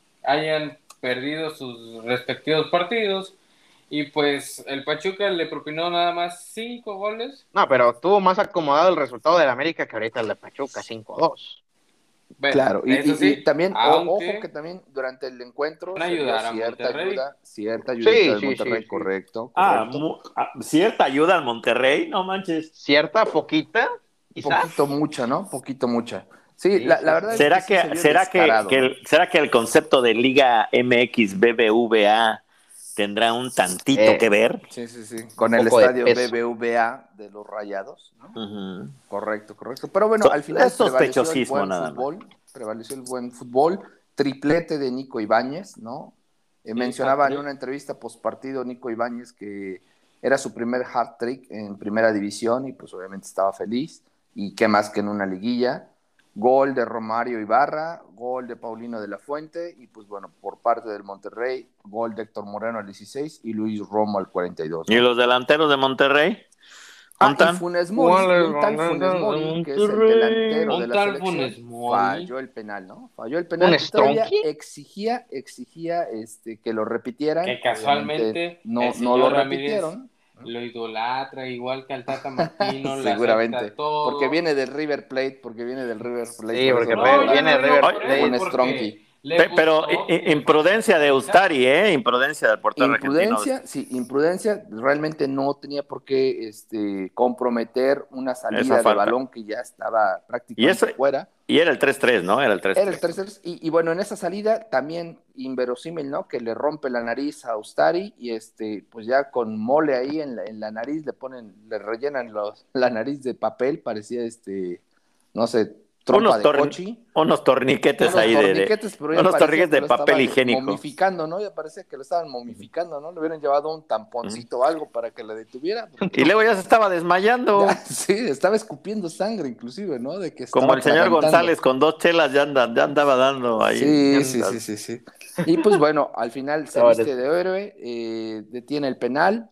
hayan perdido sus respectivos partidos. Y pues el Pachuca le propinó nada más cinco goles. No, pero tuvo más acomodado el resultado del América que ahorita el de Pachuca, cinco dos. Bueno, Claro, y, eso y- sí, y también, o- aunque ojo que también durante el encuentro van a se dio ayudar a cierta Monterrey. ayuda, cierta ayuda Sí, del sí, Monterrey, sí, sí. correcto, Ah, correcto. mu- ah, cierta ayuda al Monterrey, no manches. Cierta, poquita, quizás. Poquito mucha, ¿no? Poquito mucha. Sí, Sí, la, sí, la sí. verdad ¿Será es que, sí se que, vio será que, descarado, que ¿no? el, será que el concepto de Liga M X B B V A tendrá un tantito Eh, que ver? Sí, sí, sí. Con Un el poco de estadio peso. B B V A de los Rayados, ¿no? Ujú. Correcto, correcto. Pero bueno, So- al final es prevaleció el sospechosismo buen nada más. fútbol, prevaleció el buen fútbol, triplete de Nico Ibáñez, ¿no? Eh, mencionaba en hat-trick. una entrevista postpartido Nico Ibáñez que era su primer hat-trick en primera división y pues obviamente estaba feliz. Y qué más que en una liguilla. Gol de Romario Ibarra, gol de Paulino de la Fuente y pues bueno, por parte del Monterrey, gol de Héctor Moreno al dieciséis y Luis Romo al cuarenta y dos, ¿no? ¿Y los delanteros de Monterrey? Ah, ¿Contan? y Funes Mori, ¿Cuál es y un tal el Funes Mori, que es el Monterrey? delantero de Un la tal selección, Funes Mori. falló el penal, ¿no? Falló el penal ¿Funes y todavía Tronqui? exigía, exigía este, que lo repitieran. Que casualmente Obviamente no, el no señor lo Ramírez repitieron. lo idolatra, igual que al Tata Martino, le Seguramente, acepta todo. porque viene del River Plate, porque viene del River Plate. Sí, por porque eso re- lo yo viene no de digo River por Plate. eso, Funes porque Tronqui. le Pe- Pero gustó i- i- que imprudencia de Ustari, ¿eh? Imprudencia del portero Imprudencia, argentino. sí, imprudencia, realmente no tenía por qué este, comprometer una Esa salida de falta. balón que ya estaba Y prácticamente eso- fuera. Y era el tres tres, ¿no? Era el tres tres. Era el tercer, y, y bueno, en esa salida también inverosímil, ¿no? Que le rompe la nariz a Ustari y este, pues ya con mole ahí en la, en la nariz le ponen, le rellenan los, la nariz de papel, parecía este, no sé, trompa Unos, de torn- cochi. unos torniquetes Unos ahí de- de, torniquetes, pero ya unos parecía torniquetes que de lo papel estaban higiénico. momificando, ¿no? Ya parecía que lo estaban momificando, ¿no? Le hubieran llevado un tamponcito o algo para que la detuviera. Y luego ya se estaba desmayando. Ya, sí, estaba escupiendo sangre inclusive, ¿no? De que Como estaba el señor atragantando. González con dos chelas ya, anda- ya andaba dando ahí. Sí, Ya sí, anda- sí, sí, sí. Y pues bueno, al final se Ahora viste sí. de héroe, eh, detiene el penal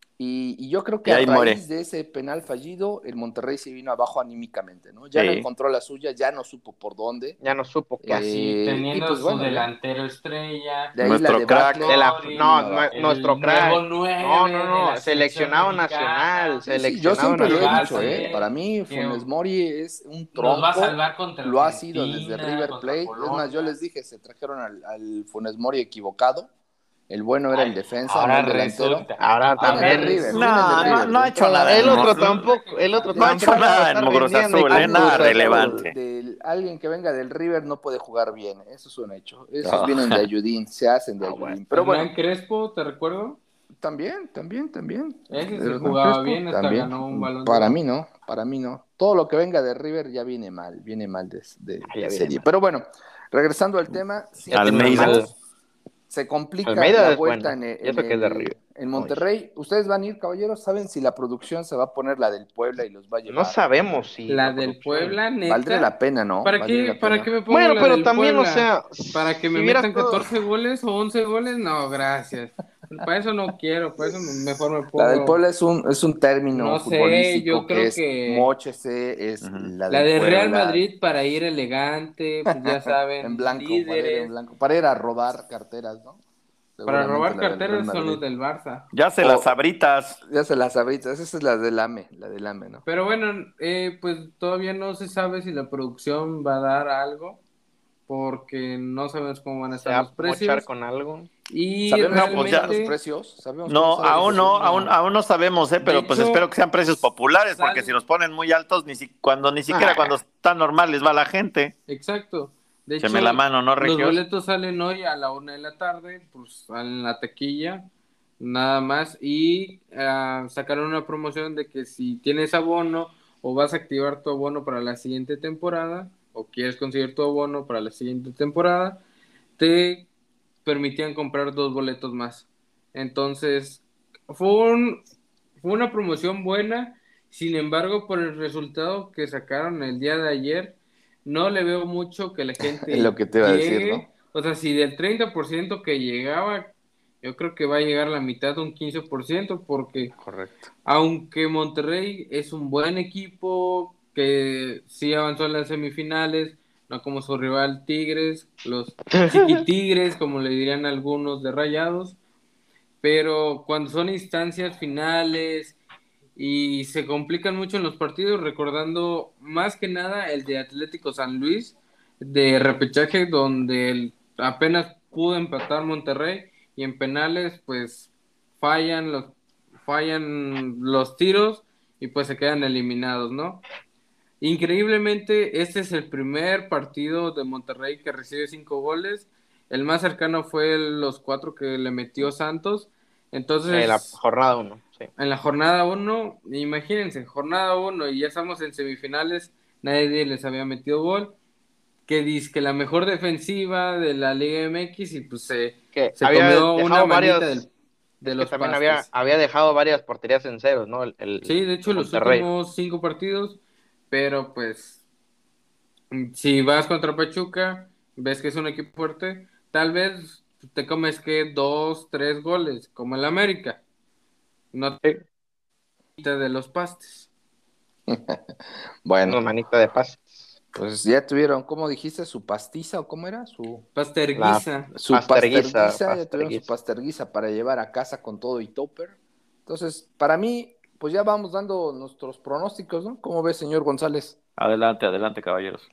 y, y yo creo que Y a ahí raíz muere. de ese penal fallido, el Monterrey se vino abajo anímicamente, ¿no? Ya Sí. no encontró la suya, ya no supo por dónde. Ya no supo qué hacer. así, Eh, teniendo y pues su bueno, ya. delantero estrella, De ahí Nuestro la de crack. Bartlett, De la- Flores, no, vino no, abajo. el nuestro crack. nuevo nueve No, no, de no, la seleccionado selección mexicana. nacional, Sí, sí, yo seleccionado siempre lo he nacional. dicho, también. ¿eh? Para mí, Que Funes Mori es un Nos va a tronco. salvar contra Lo ha sido desde Argentina, River contra Plate. Es más, yo Polonia. les dije, se trajeron al, al Funes Mori equivocado. El bueno era Ay, el defensa, ahora no el delantero. resulta. Ahora Vienen de también. River, No, vienen de no, River, no ha ¿eh? hecho nada. El en otro Mo- tampoco, el otro No ha hecho tampoco nada va a en estar Cruz rindiendo Azul, y ¿eh? Cruz Nada Azul. relevante. Del- alguien que venga del River no puede jugar bien, eso es un hecho. Esos Ah. vienen de Ayudín, se hacen de Ah, Ayudín. bueno. Pero Hernán bueno, Crespo, ¿te recuerdo? también, también, también. Ese sí Hernán jugaba Crespo, bien, hasta también. ganó un balón de Para oro. mí no, para mí no. Todo lo que venga de River ya viene mal, viene mal de, de- Ah, ya de viene serie. mal. Pero bueno, regresando al tema, sí, Almeida. se complica Almeida la es vuelta bueno, en, el, y eso en que es de el- River. En Monterrey, ¿ustedes van a ir, caballeros? ¿Saben si la producción se va a poner la del Puebla y los va a llevar? No sabemos si la, la del Puebla, neta. Valdría la pena, ¿no? ¿Para qué, ¿para qué me pongo bueno, la pero del también, Puebla? o sea, ¿Para que me si metan todo... catorce goles o once goles? No, gracias. Para eso no quiero, para eso mejor me pongo... La del Puebla es un, es un término no sé, futbolístico yo creo que es que... móchese, es uh-huh. la, la del de Puebla. Real Madrid para ir elegante, pues ya saben, en blanco, líderes. para ir en blanco, para ir a robar carteras, ¿no? Para robar carteras son los del Barça. Ya se o, las sabritas. Ya se las sabritas, esa es la del A M E, la del A M E, ¿no? Pero bueno, eh, pues todavía no se sabe si la producción va a dar algo, porque no sabemos cómo van a estar los precios. con algo. Y ¿Sabemos realmente... ya los precios? ¿Sabemos no, aún no, aún, aún no sabemos, ¿eh? Pero de pues hecho, espero que sean precios populares, sal... porque si los ponen muy altos, ni si, cuando ni siquiera ah. cuando están normales va la gente. Exacto. De Se hecho, me la mano, ¿no, Regios? Los boletos salen hoy a la una de la tarde, pues en la taquilla, nada más, y uh, sacaron una promoción de que si tienes abono o vas a activar tu abono para la siguiente temporada, o quieres conseguir tu abono para la siguiente temporada, te permitían comprar dos boletos más. Entonces, fue, un, fue una promoción buena, sin embargo, por el resultado que sacaron el día de ayer, no le veo mucho que la gente es lo que te iba llegue. a decir, ¿no? O sea, si del treinta por ciento que llegaba, yo creo que va a llegar la mitad, un quince por ciento, porque correcto. Aunque Monterrey es un buen equipo, que sí avanzó en las semifinales, no como su rival Tigres, los chiquitigres, como le dirían algunos de Rayados, pero cuando son instancias finales y se complican mucho en los partidos, recordando más que nada el de Atlético San Luis, de repechaje, donde el, apenas pudo empatar Monterrey, y en penales pues fallan los, fallan los tiros y pues se quedan eliminados, ¿no? Increíblemente, este es el primer partido de Monterrey que recibe cinco goles. El más cercano fue los cuatro que le metió Santos. Entonces, en la jornada uno, sí. En la jornada uno, imagínense, jornada uno y ya estamos en semifinales, nadie les había metido gol. Que dice que la mejor defensiva de la Liga M X y pues se, que se había comió una manita varios, del, de es los que también pastes. había, había dejado varias porterías en ceros, ¿no? El, el, sí, de hecho, los Monterrey. últimos cinco partidos, pero pues si vas contra Pachuca, ves que es un equipo fuerte, tal vez te comes que dos, tres goles, como el América. No te de los pastes. Bueno, una manita de pastes. Pues ya tuvieron, ¿cómo dijiste? ¿Su pastiza o cómo era? Su pasterguiza. La, su pasterguiza, pasterguiza, ya tuvieron su pasterguiza para llevar a casa con todo y topper. Entonces, para mí, pues ya vamos dando nuestros pronósticos, ¿no? ¿Cómo ves, señor González? Adelante, adelante, caballeros.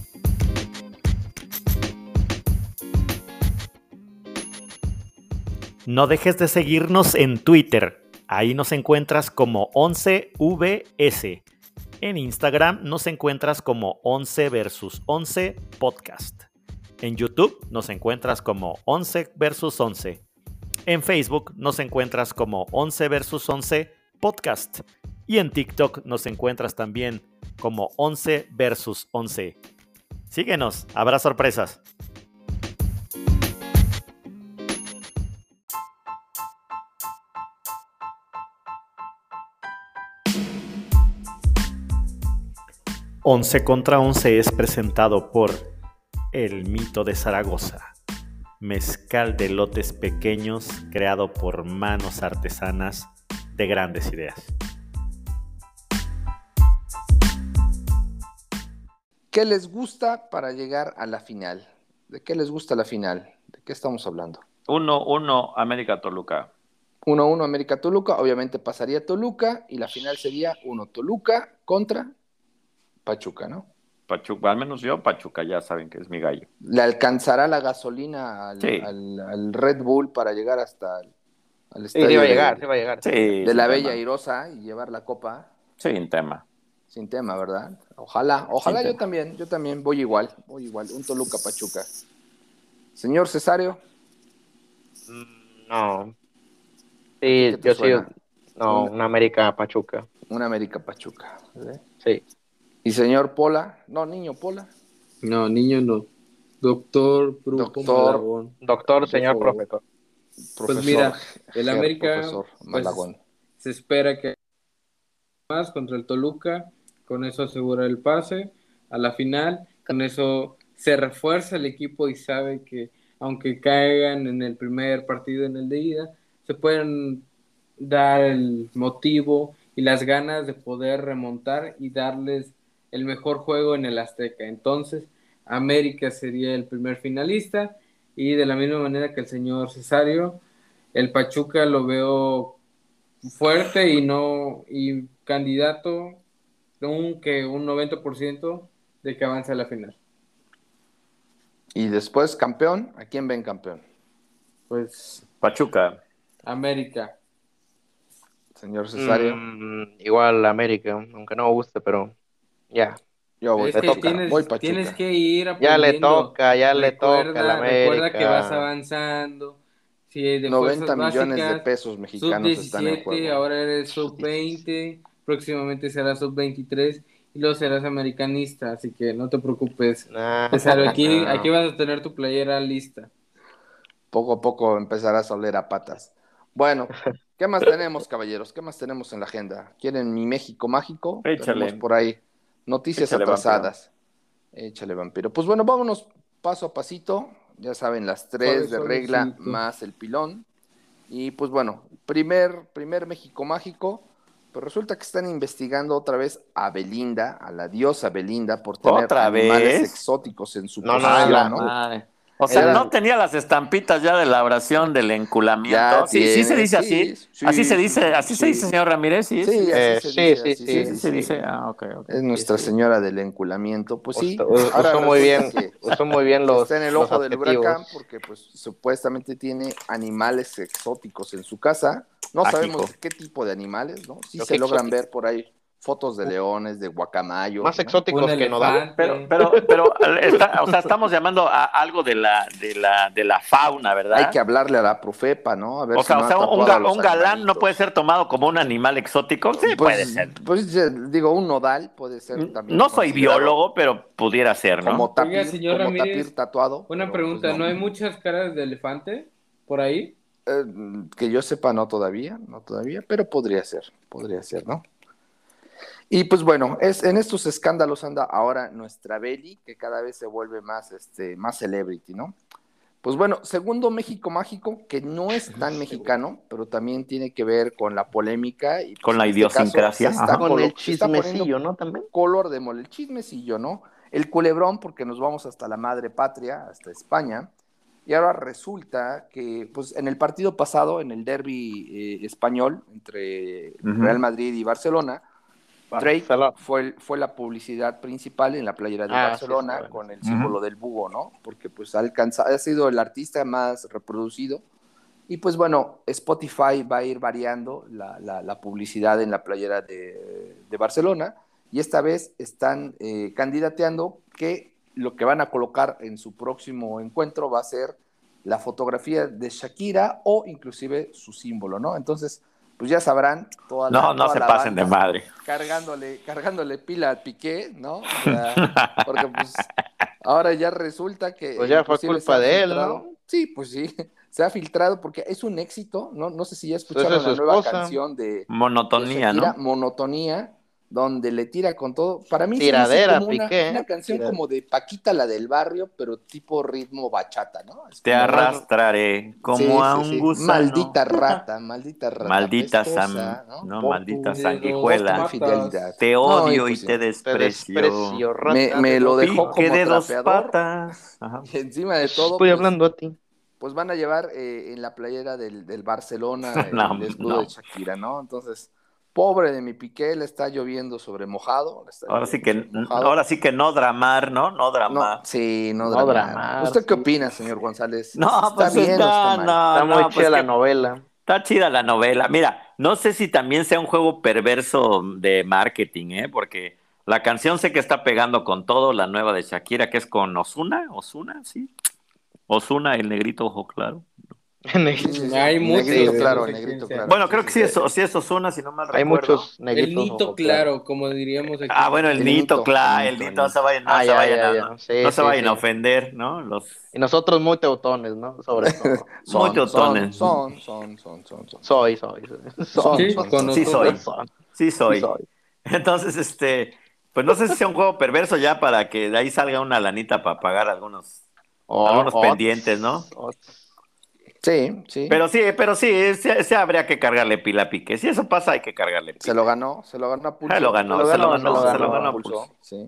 No dejes de seguirnos en Twitter. Ahí nos encuentras como once V S. En Instagram nos encuentras como once versus once podcast. En YouTube nos encuentras como once versus once. En Facebook nos encuentras como once versus once podcast. Y en TikTok nos encuentras también como once versus once. Síguenos, habrá sorpresas. once contra once es presentado por El Mito de Zaragoza, mezcal de lotes pequeños creado por manos artesanas de grandes ideas. ¿Qué les gusta para llegar a la final? ¿De qué les gusta la final? ¿De qué estamos hablando? uno uno América Toluca. uno uno América Toluca, obviamente pasaría Toluca y la final sería uno Toluca contra Pachuca, ¿no? Pachuca, al menos yo, Pachuca, ya saben que es mi gallo. ¿Le alcanzará la gasolina al, sí. al, al Red Bull para llegar hasta el al estadio? Sí, va a de, llegar, sí va a llegar. Sí, de la Bella Airosa y llevar la copa. Sin tema. Sin tema, ¿verdad? Ojalá, ojalá Sin yo tema. también, yo también voy igual, voy igual, un Toluca Pachuca. Señor Cesario. No. Sí, yo suena? sí. No, una América Pachuca. Una América Pachuca. ¿verdad? Sí. ¿Y señor Pola? No, niño Pola. No, niño no. Doctor Brujo Doctor, Malagón. Doctor, señor favor. profesor. Profesor, Pues mira, el Ger, América profesor pues, Malagón. se espera que más contra el Toluca, con eso asegura el pase a la final, con eso se refuerza el equipo y sabe que aunque caigan en el primer partido en el de ida, se pueden dar el motivo y las ganas de poder remontar y darles el mejor juego en el Azteca. Entonces, América sería el primer finalista y de la misma manera que el señor Cesario, el Pachuca lo veo fuerte y no y candidato un que un noventa por ciento de que avance a la final. Y después, campeón, ¿a quién ven campeón? Pues Pachuca. América. Señor Cesario. Mm, igual América, aunque no me guste, pero ya. Yo voy Es que Pachuca, tienes, voy Pachuca. tienes que ir Ya le aprendiendo. toca, ya le recuerda, toca a la recuerda que vas América. avanzando. Si de noventa fuerzas millones de básicas, pesos sub mexicanos están en diecisiete, juego. ahora eres sub veinte, próximamente serás sub veintitrés y luego serás americanista, así que no te preocupes. Nah, César, aquí, no. aquí vas a tener tu playera lista. Poco a poco empezarás a oler a patas. Bueno, ¿qué más tenemos, caballeros? ¿Qué más tenemos en la agenda? ¿Quieren mi México mágico? Échale. Tenemos por ahí noticias Échale, atrasadas. Échale, vampiro. Pues bueno, vámonos paso a pasito. Ya saben, las tres Suave, de regla suavecito. más el pilón. Y pues bueno, primer, primer México mágico. Pues resulta que están investigando otra vez a Belinda, a la diosa Belinda, por tener ¿Otra animales vez? exóticos en su No, no, posesión, no, ¿no? Madre. O sea, Era- ¿no tenía las estampitas ya de la oración del enculamiento? Ya Sí, sí se tiene, dice sí, así. sí, así se sí, dice, así se sí. dice, señor Ramírez. Sí, Sí, sí, así Eh, se sí, dice, sí, así sí. sí, se sí dice. se dice. Ah, ok, ok. Es Nuestra Sí, sí. Señora del Enculamiento. Pues sí, Usó, ahora usó muy resulta bien, que, usó muy bien que los, está en el los ojo del adjetivos. huracán porque pues supuestamente tiene animales exóticos en su casa. No Mágico. sabemos de qué tipo de animales, ¿no? Sí Creo se que logran exótico. ver por ahí fotos de leones, de guacamayos, Más ¿no? Un exóticos que nodal. elefante. Pero, pero, pero, está- o sea, estamos llamando a algo de la, de la, de la fauna, ¿verdad? Hay que hablarle a la Profepa, ¿no? A ver O si sea, no o ha sea, un, tatuado a ga- los un galán no animalitos. puede ser tomado como un animal exótico. Sí, puede Pues, ser. pues eh, digo, un nodal puede ser también No soy considerado biólogo, pero pudiera ser, como ¿no? tapir, Oiga, señor como Ramírez, tapir tatuado. una pero, pregunta, pues, ¿no hay muchas caras de elefante por ahí? Eh, que yo sepa, no todavía, no todavía, pero podría ser, podría ser, ¿no? Y pues bueno, es, en estos escándalos anda ahora nuestra Beli, que cada vez se vuelve más, este, más celebrity, ¿no? Pues bueno, segundo México mágico, que no es tan mexicano, pero también tiene que ver con la polémica y pues, Con la en este caso idiosincrasia, se está, ajá. Con el colo- se está poniendo chismecillo, ¿no? También. color de mole, el chismecillo, ¿no? El culebrón, porque nos vamos hasta la madre patria, hasta España, y ahora resulta que, pues, en el partido pasado, en el derbi eh, español entre Ujú. Real Madrid y Barcelona, Drake Barcelona. fue, fue la publicidad principal en la playera de Ah, Barcelona sí, sí, con el Ujú. símbolo del búho, ¿no? Porque pues ha alcanzado, ha sido el artista más reproducido. Y pues bueno, Spotify va a ir variando la, la, la publicidad en la playera de, de Barcelona y esta vez están eh, candidateando que lo que van a colocar en su próximo encuentro va a ser la fotografía de Shakira o inclusive su símbolo, ¿no? Entonces, pues ya sabrán, toda la, No, no toda se la pasen banda de madre. cargándole, cargándole pila a Piqué, ¿no? O sea, porque pues ahora ya resulta que Pues ya fue inclusive se culpa ha de él, filtrado. ¿no? Sí, pues sí, se ha filtrado porque es un éxito, ¿no? No sé si ya Pues escucharon es la su nueva esposa. canción de, de Monotonía, Shakira, ¿no? Monotonía, donde le tira con todo. Para mí se me hace Tiradera, como una, Piqué. una canción Tira- como de Paquita, la del barrio, pero tipo ritmo bachata, ¿no? Es Te como- arrastraré como Sí, a sí, un sí. gusano. Maldita rata, maldita rata Maldita apestosa, san- ¿no? no, Por maldita tu- De sanguijuela. dos infidelidad. Te No, odio y y pues te sí. Te desprecio. desprecio, Me, rata me de lo dos dejó patas. Pique como de dos trapeador patas. Ajá. y encima de todo, Estoy pues, hablando a ti. pues van a llevar eh, en la playera del, del Barcelona No, el escudo no. de Shakira, ¿no? Entonces, pobre de mi Piqué, le está lloviendo sobre mojado, le está Ahora sí lloviendo que, sobre mojado. ahora sí que no dramar, ¿no? No No, dramar. sí, no, No dramar. dramar, ¿Usted qué sí. opina, señor González? No, ¿Está pues bien o está está, mal? no, Está muy no, chida pues la que novela. está chida la novela. Mira, no sé si también sea un juego perverso de marketing, ¿eh? Porque la canción sé que está pegando con todo, la nueva de Shakira, que es con Ozuna, Ozuna, sí. Ozuna, el negrito ojo claro. Negrito. Sí, sí, Hay sí. muchos Negrito de claro, los negrito existencias. claro. Bueno, creo Sí, que sí, sí, sí. eso, sí, esos Osuna, si no mal Hay recuerdo. muchos negritos. El nito ojo claro, como diríamos aquí. Ah, bueno, el El Nito, Nito, claro, el el Nito, Nito, el no se Nito. vayan, no Ah, se ya, vayan ya, a, ya. no, Sí, no se sí, vayan a sí. ofender, ¿no? Los Y nosotros muy teutones, ¿no? Sobre todo. muy Son, son, teutones. son, son, son, son, son. Soy, soy, soy. Son, Sí, son, con son. Sí soy, nosotros. Son. sí Sí, soy. soy. Entonces, este, pues no sé si sea un juego perverso ya para que de ahí salga una lanita para pagar algunos, Oh, algunos pendientes, ¿no? ots, ots. Sí, sí. Pero sí, pero sí, sí, sí habría que cargarle pila a Piqué. Si eso pasa, hay que cargarle Se lo pila. ganó, se lo ganó a Ah, lo pulso. Se ganó, lo se lo ganó, se ganó, lo se lo ganó. ganó a a pulso. pulso, sí.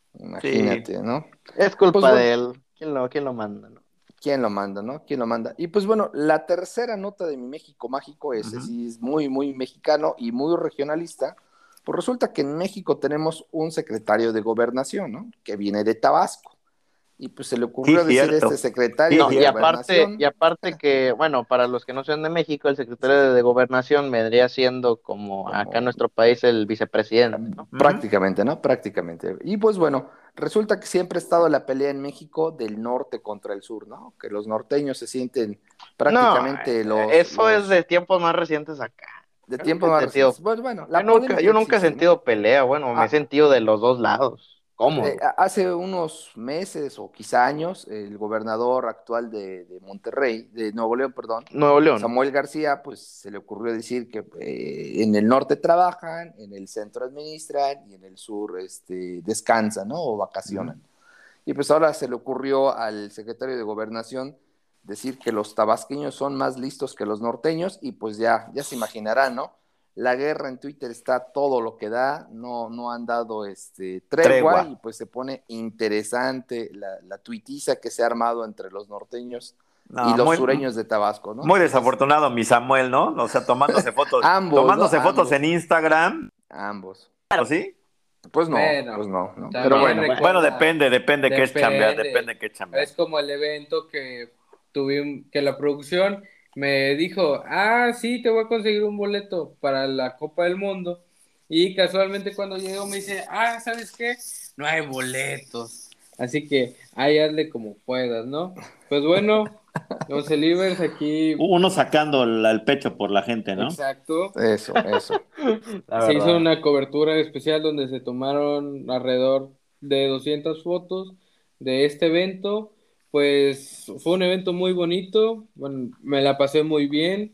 Sí. Imagínate, ¿no? Es culpa Pues bueno. de él. ¿Quién lo, quién lo manda, no? ¿Quién lo manda, no? ¿Quién lo manda? Y pues bueno, la tercera nota de mi México mágico, ese Ujú. sí es muy, muy mexicano y muy regionalista. Pues resulta que en México tenemos un secretario de gobernación, ¿no? Que viene de Tabasco. Y pues se le ocurrió Sí, decir a cierto. este secretario No, de y aparte, y gobernación. aparte que, bueno, para los que no sean de México, el secretario de Gobernación vendría siendo como acá Como en nuestro país el vicepresidente, ¿no? Ujú. prácticamente, ¿no? Prácticamente. Y pues bueno, resulta que siempre ha estado la pelea en México del norte contra el sur, ¿no? Que los norteños se sienten No, prácticamente los, eso es los de tiempos más recientes acá. de Yo tiempos nunca he más sentido, recientes. Bueno, bueno, yo la nunca, polémica yo nunca he existe, ¿no? sentido pelea, bueno, me he Ah, sentido de los dos lados, eh, cómodo. hace unos meses o quizá años, el gobernador actual de, de Monterrey, de Nuevo León, perdón, Nuevo León. Samuel García, pues se le ocurrió decir que eh, en el norte trabajan, en el centro administran y en el sur este, descansan, ¿no? O vacacionan. Y pues ahora se le ocurrió al secretario de Gobernación decir que los tabasqueños son más listos que los norteños y pues ya, ya se imaginarán, ¿no? La guerra en Twitter está todo lo que da, no, no han dado este, tregua, Tregua. y pues se pone interesante la, la tuitiza que se ha armado entre los norteños y No, los muy, sureños de Tabasco, ¿no? muy Entonces, desafortunado mi Samuel, ¿no? O sea, tomándose fotos, ambos, tomándose ¿no? fotos Ambos, en Instagram, ambos. ¿sí? Pues no, Bueno, pues no, ¿no? también Pero bueno, recuerda- Bueno, depende, depende qué es chambear, Depende. depende qué es chambear. Es como el evento que tuvimos, que la producción me dijo, ah, sí, te voy a conseguir un boleto para la Copa del Mundo. Y casualmente cuando llegó me dice, ah, ¿sabes qué? No hay boletos. Así que ahí hazle como puedas, ¿no? Pues bueno, los Elivers aquí, Uno sacando el, el pecho por la gente, ¿no? exacto. eso, eso. La Se verdad. hizo una cobertura especial donde se tomaron alrededor de doscientas fotos de este evento. Pues fue un evento muy bonito, bueno, me la pasé muy bien.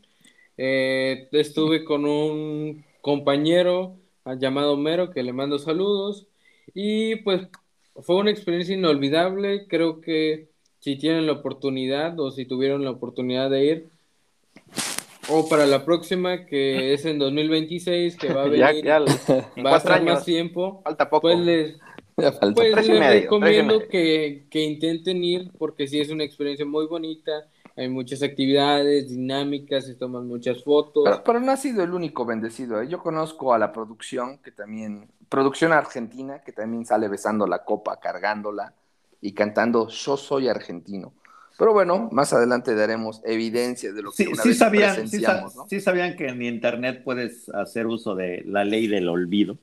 Eh, estuve con un compañero ah, llamado Mero, que le mando saludos. Y pues fue una experiencia inolvidable. Creo que si tienen la oportunidad o si tuvieron la oportunidad de ir, o para la próxima, que es en dos mil veintiséis, que va a Ya, venir, ya, en va a cuatro estar años, más tiempo, falta poco. pues les, Ya falta. pues Tres y les medio, recomiendo tres y medio. que, que intenten ir, porque sí es una experiencia muy bonita. Hay muchas actividades, dinámicas, se toman muchas fotos. Pero, pero no ha sido el único bendecido, ¿eh? Yo conozco a la producción, que también, producción argentina, que también sale besando la copa, cargándola y cantando Yo soy argentino. Pero bueno, más adelante daremos evidencia de lo que Sí, una sí vez sabían, sí, sa- presenciamos, ¿no? sí sabían que en internet puedes hacer uso de la ley del olvido.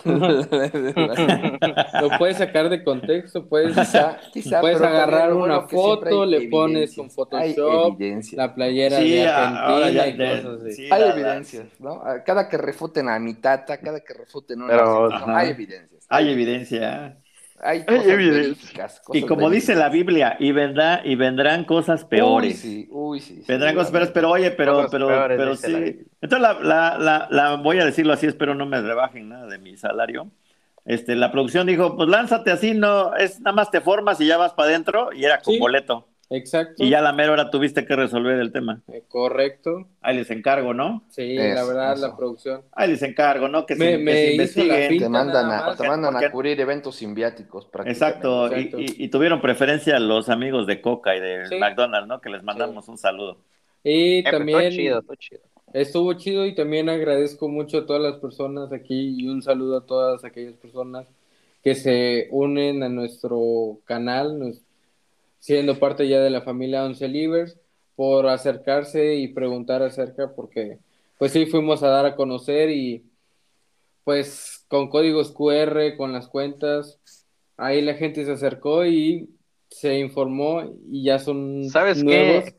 Lo puedes sacar de contexto, puedes, Quizá, quizá, puedes pero también agarrar lo una bueno que siempre foto, hay le pones con evidencias, hay Photoshop evidencias, la ¿no? playera Sí, de a- ahora Argentina ya y de- cosas así. sí, Hay la- la- evidencias, ¿no? Cada que refuten a mi tata, cada que refuten a un Pero- argentino, Ajá. hay evidencias. Hay evidencia. Hay Hay cosas evidencia. verídicas, Y cosas como dice la verídicas. Biblia, y vendrá, y vendrán cosas Uy, peores. sí, uy, sí. Vendrán cosas peores, seguramente. pero oye, pero, Cosas pero, peores, pero dice la sí. Biblia. Entonces la, la, la, la- voy a decirlo así, espero no me rebajen nada de mi salario. Este, la producción dijo, pues lánzate así, no, es nada más te formas y ya vas para adentro, y era con Sí. boleto. Exacto. Y ya la mera hora tuviste que resolver el tema. Eh, correcto. Ahí les encargo, ¿no? Sí, Eso, la verdad, eso. la producción. Ahí les encargo, ¿no? Que, Me- se, me que se hizo la investiguen. finta. Te mandan, nada a, más. te mandan Porque- a cubrir eventos simbiáticos prácticamente. Exacto, y, Exacto. y- y tuvieron preferencia los amigos de Coca y de Sí. McDonald's, ¿no? Que les mandamos un saludo. Y Eh, pues, también todo chido, todo chido. estuvo chido y también agradezco mucho a todas las personas aquí y un saludo a todas aquellas personas que se unen a nuestro canal, nos- siendo parte ya de la familia Once Livers, por acercarse y preguntar acerca, porque pues sí fuimos a dar a conocer y pues con códigos Q R, con las cuentas, ahí la gente se acercó y se informó y ya son ¿Sabes nuevos. qué?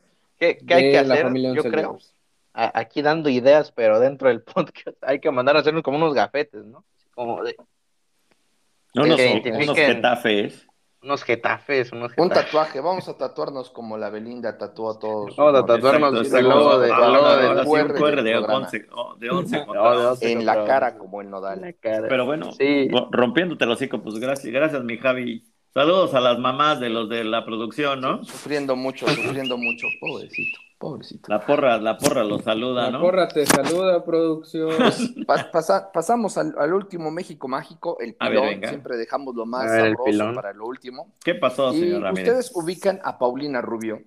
¿Qué, qué hay de que la hacer? familia Yo Once creo, Lobos. a- aquí dando ideas, pero dentro del podcast hay que mandar a hacernos como unos gafetes, ¿no? Como de, Unos, que unos identifiquen getafes. unos getafes, unos Un getafes. tatuaje, vamos a tatuarnos como la Belinda tatuó a todos. Vamos a ¿no? tatuarnos Exacto, el exacto. logo de- el Ahora, logo del ahora sí, un Q R Q R del de programa. once, oh, de once No, contra de once. once En la contra cara once. como el En nodal. la cara. Pero bueno, Sí. rompiéndote el hocico, pues gracias, gracias, mi Javi. Saludos a las mamás de los de la producción, ¿no? Sufriendo mucho, sufriendo mucho. Pobrecito, pobrecito. La porra, la porra los saluda, La ¿no? porra te saluda, producción. Pues pa- pasa- pasamos al, al último México Mágico, el A ver, pilón. venga. Siempre dejamos lo A más ver, el sabroso pilón. para lo último. ¿Qué pasó, Y señor Ramírez? ustedes ubican a Paulina Rubio.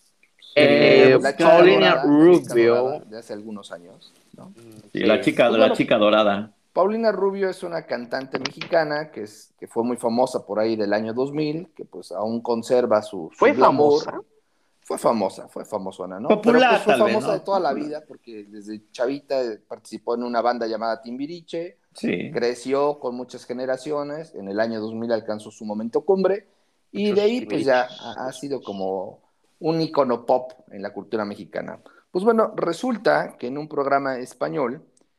Eh, la chica Paulina dorada, la chica Rubio. dorada de hace algunos años, ¿no? Sí, la chica, Pues la bueno, chica dorada. Paulina Rubio es una cantante mexicana que, es, que fue muy famosa por ahí del año dos mil, que pues aún conserva su, su ¿Fue glamour. famosa? Fue famosa, fue famosona, ¿no? Popular, Pero pues fue tal vez, famosa ¿no? de toda la Popular. vida, porque desde chavita eh, participó en una banda llamada Timbiriche, Sí. creció con muchas generaciones, en el año dos mil alcanzó su momento cumbre, y Muchos de ahí pues ya Timbiriches. ha, ha sido como un icono pop en la cultura mexicana. Pues bueno, resulta que en un programa español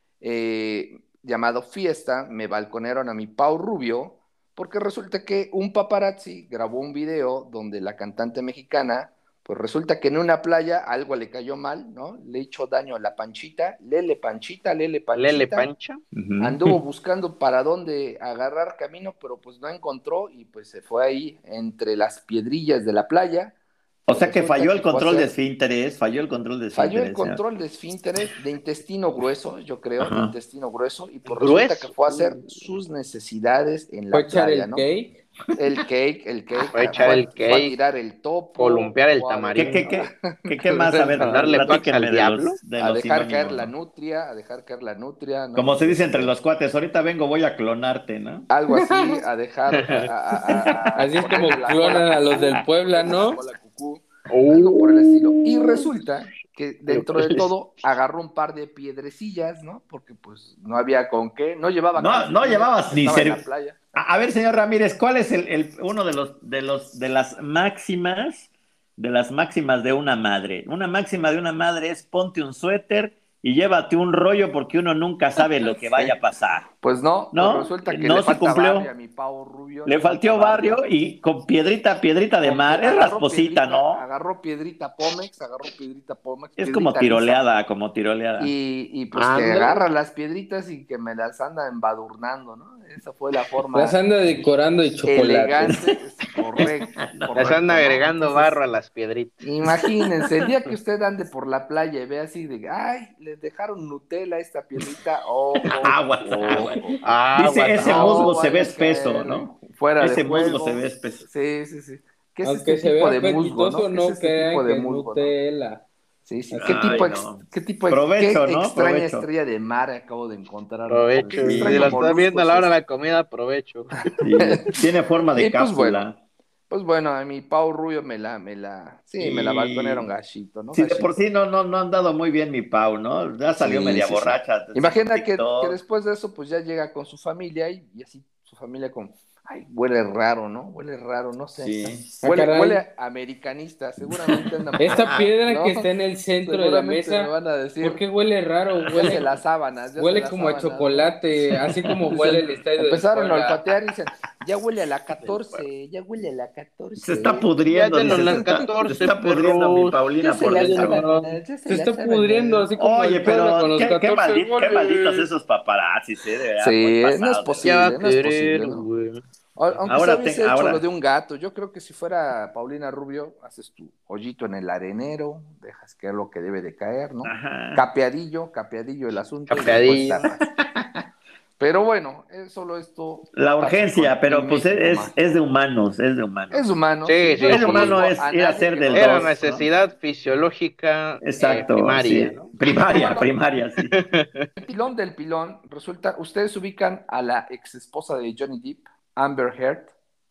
eh, llamado Fiesta me balconearon a mi Pau Rubio, porque resulta que un paparazzi grabó un video donde la cantante mexicana, pues resulta que en una playa algo le cayó mal, ¿no? Le hizo daño a la Panchita, Lele Panchita, Lele Panchita. Lele Pancha. Ujú. Anduvo buscando para dónde agarrar camino, pero pues no encontró y pues se fue ahí entre las piedrillas de la playa. O sea que Resulta falló el fue a control de hacer- esfínteres, falló el control de Falló esfínteres. el control de esfínteres, de intestino grueso, yo creo, Ajá. de intestino grueso, y pues ¿Grueso? resulta que fue a hacer sus necesidades en la Fue echar playa, el ¿no? cake. El cake, el cake. Fue a echar el Fue a cake, tirar el topo. columpiar el fue a- tamarindo. ¿Qué, qué, qué, qué, qué más? A ver, A darle packs platíquenme al de diablo. los, de a los dejar sinónimos, caer la ¿no? nutria, a dejar caer la nutria. ¿no? Como se dice entre Este, los cuates, ahorita vengo, voy a clonarte, ¿no? Algo así, a dejar. A, a- a- a- Así es como ponerle la clonan cola a los cucú, del Puebla, ¿no? la cola cucú, algo por el estilo. Y resulta que dentro de todo agarró un par de piedrecillas, ¿no? Porque pues no había con qué, no llevaba No, calcetines, no llevabas ni estaba en ser- la playa. A, a ver, señor Ramírez, ¿cuál es el, el- uno de los, de los, de las máximas, de las máximas de una madre? Una máxima de una madre es ponte un suéter y llévate un rollo porque uno nunca sabe lo que vaya a pasar. Pues no, No, pues resulta que no le se falta cumplió. barrio a mi Pau Rubio. Le faltó falta barrio y con piedrita, piedrita de Porque mar, es agarró rasposita, piedrita- ¿no? Agarró piedrita Pomex, agarró piedrita Pomex. Es piedrita como lisa. tiroleada, como tiroleada. Y, y pues Ándale. que agarra las piedritas y que me las anda embadurnando, ¿no? Esa fue la forma Las anda decorando y chocolate. elegante. Es correcto, Les correcto, anda ¿no? agregando Entonces, barro a las piedritas. Imagínense, el día que usted ande por la playa y ve así de, ay, le dejaron Nutella a esta piedrita, ojo, Aguas, ojo. aguas. Ah, Dice, ese No, musgo se vaya ve a espeso, caer, ¿no? Fuera Ese de juego. musgo se ve espeso. Sí, sí, sí. ¿Qué es Aunque este se tipo vea de musgo, apetitoso, no? no, ¿Qué es este crean tipo que de es musgo, no? Nutella. Sí, sí. Ay, ¿Qué tipo, ex- no. qué tipo, Provecho, qué ¿no? extraña Provecho. estrella de mar acabo de encontrar? Provecho. ¿Qué Si extraño lo está molusco viendo a es la hora de este? la comida, provecho. Sí, tiene forma de Y, pues, cápsula. bueno. Pues bueno, a mi Pau Rubio me la, me la, sí, me la Y- balconearon gachito, ¿no? Sí, de Gachito. por sí no, no, no han dado muy bien mi Pau, ¿no? Ya salió Sí, media sí, sí. borracha. Imagina en que, TikTok. que después de eso, pues ya llega con su familia y, y así su familia con, ay, huele raro, ¿no? Huele raro, no sé. Sí. Ah, Huele, caray. huele americanista, seguramente anda Esta piedra ¿no? que está en el centro de la Seguramente me mesa, van a decir, ¿por qué huele raro? ya se Huele, las sábanas, ya se huele las como a sábanas, ¿no? chocolate, así como huele el estadio de Empezaron a Puebla. olfatear y dicen, ya huele a la catorce, ya huele a la catorce. Se está pudriendo, Ya dice, denos se las está, catorce, se está pudriendo mi perros. Paulina Ya se por las dentro. sábanas, ya se Se las está sábanas. pudriendo, así como Oye, el Puebla pero con los qué, qué, catorce maldi- qué goles. malditos esos paparazzis, ¿eh? De verdad, Sí, muy no es pasados, de posible. Ya va a no es querer, posible, ¿no? güey. Aunque Ahora se hubiese te- hecho ahora- lo de un gato, yo creo que si fuera Paulina Rubio, haces tu hoyito en el arenero, dejas caer lo que debe de caer, ¿no? Ajá. Capeadillo, capeadillo el asunto. y Capeadillo. después tapas. Pero bueno, es solo esto. La urgencia, Con pero mi pues México es, mágico. es de humanos, es de humanos. Es humano. Sí, sí, Yo no es humano, conozco es a ir a nadie hacer que del no- Era dos, ¿no? necesidad fisiológica eh, Exacto, primaria, sí. ¿no? Primaria, primaria, sí. El pilón del pilón, resulta, ustedes ubican a la ex esposa de Johnny Depp, Amber Heard,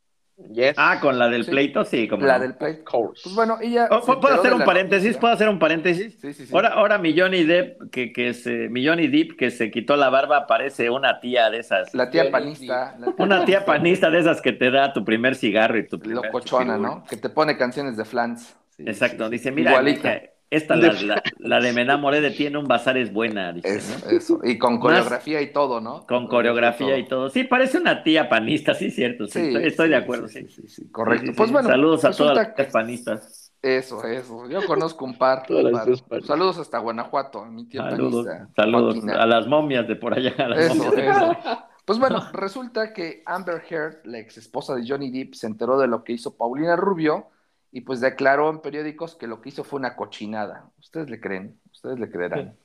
Yes. Ah, con la del Sí. pleito, sí, como la no. del play. Of course. Pues bueno, ella. Oh, se ¿Puedo enteró hacer de un la paréntesis? noticia. ¿Puedo hacer un paréntesis? Sí, sí, sí. Ahora, ahora mi Johnny Depp, que, que se, mi Johnny Depp, que se quitó la barba, parece una tía de esas. La tía Johnny panista. la Una tía panista de esas que te da tu primer cigarro y tu primer locochona, chupirul. ¿no? Que te pone canciones de Flans. Sí, Exacto, sí, sí. dice, mira, Igualita. mija, Esta, la, la, la de Me enamoré de ti en un bazar es buena, dice, Eso, ¿no? eso. Y con coreografía y todo, ¿no? Con coreografía y todo. Sí, parece una tía panista, sí, cierto, sí, Sí, estoy, estoy sí, de acuerdo, sí, sí. sí, sí, sí, correcto. Sí, sí, Pues sí. bueno, Saludos a todas resulta las tías panistas. eso, eso. Yo conozco un par, Todas un las par. tías panistas. Saludos hasta Guanajuato, mi tía Saludos, panista, saludos Joaquina. a las momias de por allá, a las Eso, momias de por eso. allá. Pues bueno, resulta que Amber Heard, la ex esposa de Johnny Depp, se enteró de lo que hizo Paulina Rubio y pues declaró en periódicos que lo que hizo fue una cochinada. ¿Ustedes le creen? ¿Ustedes le creerán?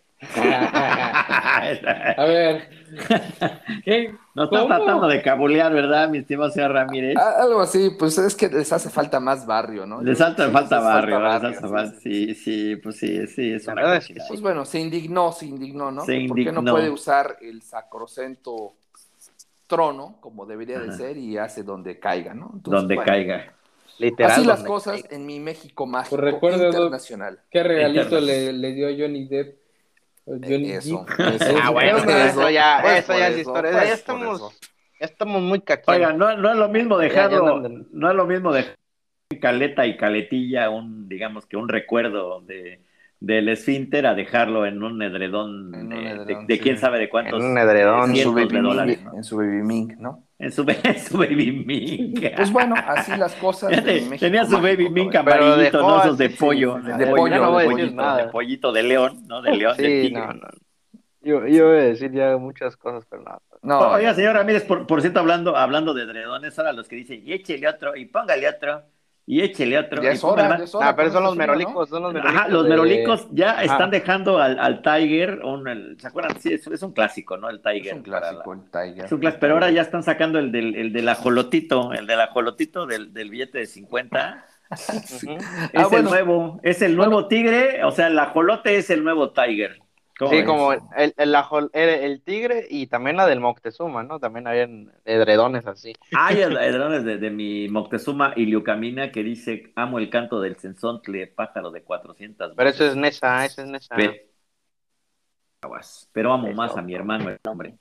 A ver, ¿qué? Nos estás ¿Cómo? tratando de cabulear, ¿verdad, mi estimado señor Ramírez? A- Algo así, pues es que les hace falta más barrio, ¿no? Les Yo- hace sí, falta les hace barrio, les barrio, hace sí, falta, sí, sí, sí, pues sí, sí, es La una verdad es que cochinada. Pues bueno, se indignó, se indignó, ¿no? Se Que ¿Por qué no indignó. puede usar el sacrosento trono como debería de Ajá. ser y hace donde caiga, ¿no? Entonces, Donde bueno, caiga. Literal. así las donde cosas caiga. en mi México mágico Pues recuerda, Doc, internacional. ¿qué regalito Internacional. le, le dio Johnny Depp? O Johnny Eh, Eso, Depp. eso. Ah, bueno, Eso, pero eso ya, pues eso por ya es eso, historia. pues ya por estamos, eso. ya estamos muy caqueados. Oiga, no, no es lo mismo Ya- ya dejarlo, andan- no es lo mismo dejar en caleta y caletilla un, digamos que un recuerdo de del esfínter a dejarlo en un edredón En un de, edredón, de sí. quién sabe de cuántos En un edredón. eh, En su cientos baby de mink, dólares, ¿no? en su baby mink, ¿no? En su, en su baby mink. Pues bueno, así las cosas en mi Fíjate, México tenía su mágico, baby mink caballero. Pero amarillito, dejó ¿no? Esos de así, sí, pollo, sí, sí, de, de pollo, pollo, ya no de voy a decir pollito, nada. de pollito de león, ¿no? De león, del Sí, tigre. no, no. Yo, yo voy a decir ya muchas cosas, pero nada. No, Oiga, ya, señor ya. Ramírez, por, por cierto, hablando, hablando de edredones, ahora los que dicen, y échele otro, y póngale otro, y échele otro, Ya y es póngale hora, más. ya es hora. Ah, pero con son este los frío, merolicos, son los merolicos. Ajá, los de- merolicos ya Ajá. están dejando al, al Tiger, un, el- ¿se acuerdan? Sí, es, es un clásico, ¿no? El ¿no? Tiger. Es un para clásico, la- el Tiger. es un clásico, el pero ahora Tiger. ya están sacando el del, el del ajolotito, el del ajolotito del, del billete de cincuenta. Sí. Ujú. Ah, Es el bueno, nuevo, es el Bueno. nuevo tigre, o sea, el ajolote es el nuevo Tiger. ¿Cómo Sí, ves? como el, el, el, ajol- el- el tigre y también la del Moctezuma, ¿no? También habían edredones así. Hay edredones de, de mi Moctezuma Iliucamina que dice, amo el canto del censontle, pájaro de cuatrocientas Pero eso voces. es Nesa, eso es Nesa. Pe- Pero amo Es más a otro. mi hermano el hombre.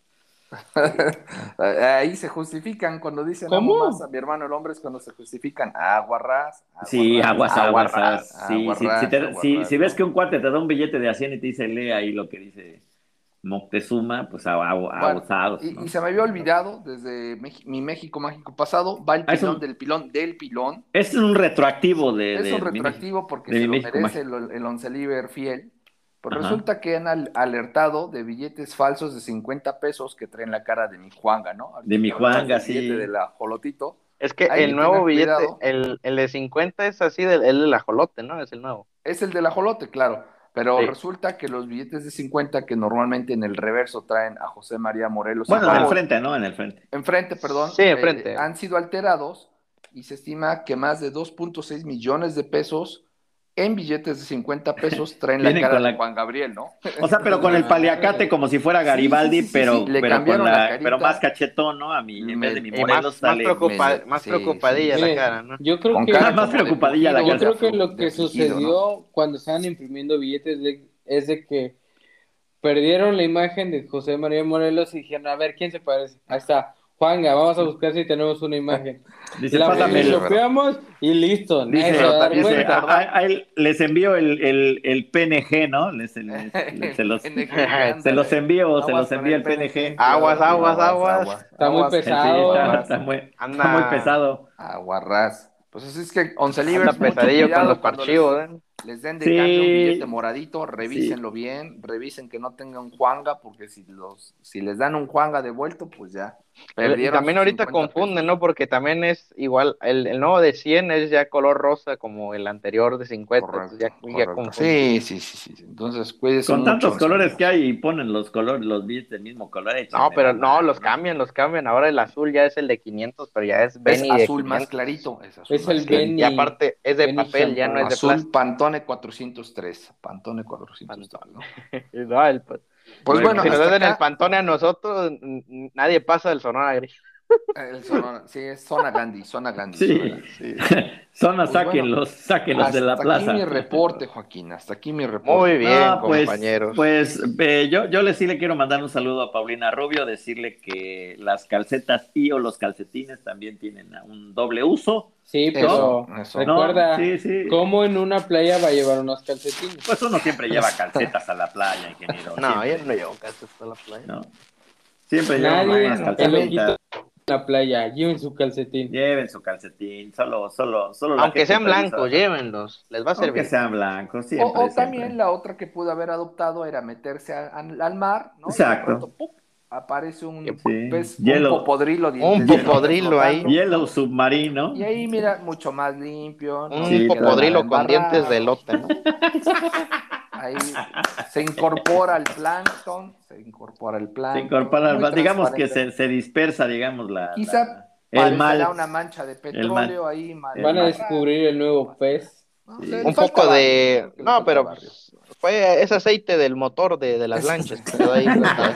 ahí se justifican cuando dicen ¿Cómo? amo más a mi hermano el hombre es cuando se justifican aguarrás, Sí, aguas, aguas. aguarrás, aguas. Sí, sí, aguarrás, si, te- aguarrás, si- si ves ¿no? que un cuate te da un billete de a cien y te dice, lee ahí lo que dice Moctezuma, pues a- a- Bueno, abusados, y, ¿no? y se me había olvidado desde Mex- mi México mágico pasado, va el Ah, es pilón un- del pilón del pilón. Es un retroactivo de, Es de un mi retroactivo porque de se mi lo México merece el, mágico. el Onceliver fiel. Pues Ajá. resulta que han al- alertado de billetes falsos de cincuenta pesos que traen la cara de mi Juanga, ¿no? Ahorita De mi que hablabas Juanga, del billete sí. de la Jolotito. Es que Ahí el nuevo tengan billete, cuidado. el, el de cincuenta es así, del, el del ajolote, ¿no? Es el nuevo. Es el del ajolote, claro. Pero Sí. resulta que los billetes de cincuenta que normalmente en el reverso traen a José María Morelos. y Bueno, en el Pavón, frente, ¿no? En el frente. enfrente, perdón, Sí, enfrente. eh, han sido alterados y se estima que más de dos punto seis millones de pesos en billetes de cincuenta pesos traen la Vienen cara con la- de Juan Gabriel, ¿no? O sea, pero con el paliacate como si fuera Sí, Garibaldi, sí, sí, sí, pero, sí. Le pero, con cambiaron la, la carita. pero más cachetón, ¿no? A mí, en Me- vez de mi Y Morelos más, más, sale preocupa- me- más sí, preocupadilla sí, la sí. cara, ¿no? Yo creo Con que, cara más como de preocupadilla la yo afligido, cara. creo que de lo que afligido, sucedió ¿no? cuando estaban imprimiendo billetes de- es de que perdieron la imagen de José María Morelos y dijeron, a ver, ¿quién se parece? Ahí está, Juanga, vamos a buscar si tenemos una imagen. Dice, La pásame el- photoshopeamos y listo, nadie Dice, se va a dar también se dice, cuenta. tarda- a- a- a él les envío el, el, el P N G, ¿no? Les, les- les- se, los, se los envío, se los envío el P N G. Aguas, aguas, aguas. Está muy Sí, pesado. está, está muy, Anda- está muy pesado. Aguarrás. Pues así es que once Anda libres, mucho pesadillo con cuidado los cuando parchivos, les, ¿eh? les den de Sí. cambio un billete moradito, revísenlo bien, revisen que no tengan Juanga, porque si los, si les dan un Juanga devuelto, pues ya Y perdieron también sus ahorita cincuenta confunden, pesos. ¿no? Porque también es igual, el, el nuevo de cien es ya color rosa como el anterior de cincuenta. Correcto, entonces ya, ya correcto. confunden. Sí, sí, sí, sí. Entonces, cuídense Con mucho, tantos once colores libres. que hay y ponen los colores, los bits del mismo color. No, échenme pero la no, mano, los cambian, los cambian. Ahora el azul ya es el de quinientos, pero ya es Es Benny de azul más quinientos. clarito. Es, azul Es más el clarito. Benny. Y aparte es de Benny papel, ya no es de Azul plástico. Pantone cuatrocientos tres. Pantone cuatrocientos tres, ¿no? No, el- Pues bueno, si nos hasta hacen el acá- pantone a nosotros, n- n- nadie pasa del Sonora Gris. El Sonora, sí, es zona Gandhi, zona Gandhi. Sí. Zona Gandhi. Sí. Zona, Pues sáquenlos, bueno, sáquenlos de la hasta plaza. aquí mi reporte, Joaquín, hasta aquí mi reporte. Muy bien, No, pues, compañeros. pues eh, yo, yo le sí le quiero mandar un saludo a Paulina Rubio, decirle que las calcetas y o los calcetines también tienen un doble uso. Sí, pero Eso, eso. recuerda, No, sí, sí. ¿cómo en una playa va a llevar unos calcetines? Pues uno siempre lleva calcetas a la playa, ingeniero. No, siempre, yo no llevo calcetas a la playa. ¿no? Siempre llevan Nadie unas en calcetitas. la playa, lleven su calcetín. Lleven su calcetín, solo, solo, solo la Aunque gente sean blancos, previsora. llévenlos, les va a Aunque servir. sean blancos, O, siempre. o siempre. también la otra que pudo haber adoptado era meterse a- a- al mar, ¿no? Exacto. Y de pronto, ¡pum!, aparece un Sí. pez, Hielo. un popodrilo. Un dientes de popodrilo flotando. ahí. Hielo submarino. Y ahí, mira, mucho más limpio. No Un Sí, se queda popodrilo nada con dientes de embarrado. elote, ¿no? Ahí se incorpora el plancton, se incorpora el Se plancton. incorpora, muy digamos que transparente. se, se dispersa, digamos, la, Quizá la- el parecerá mal. una mancha de mal. petróleo ahí. mal El Van a mal. embarrada, descubrir el nuevo pez. ¿no? Sí. Le- le Un falta poco barrio, de... creo que le No, falta pero barrio. pues, fue ese aceite del motor de, de las Ese- lanchas que quedó ahí. plantado.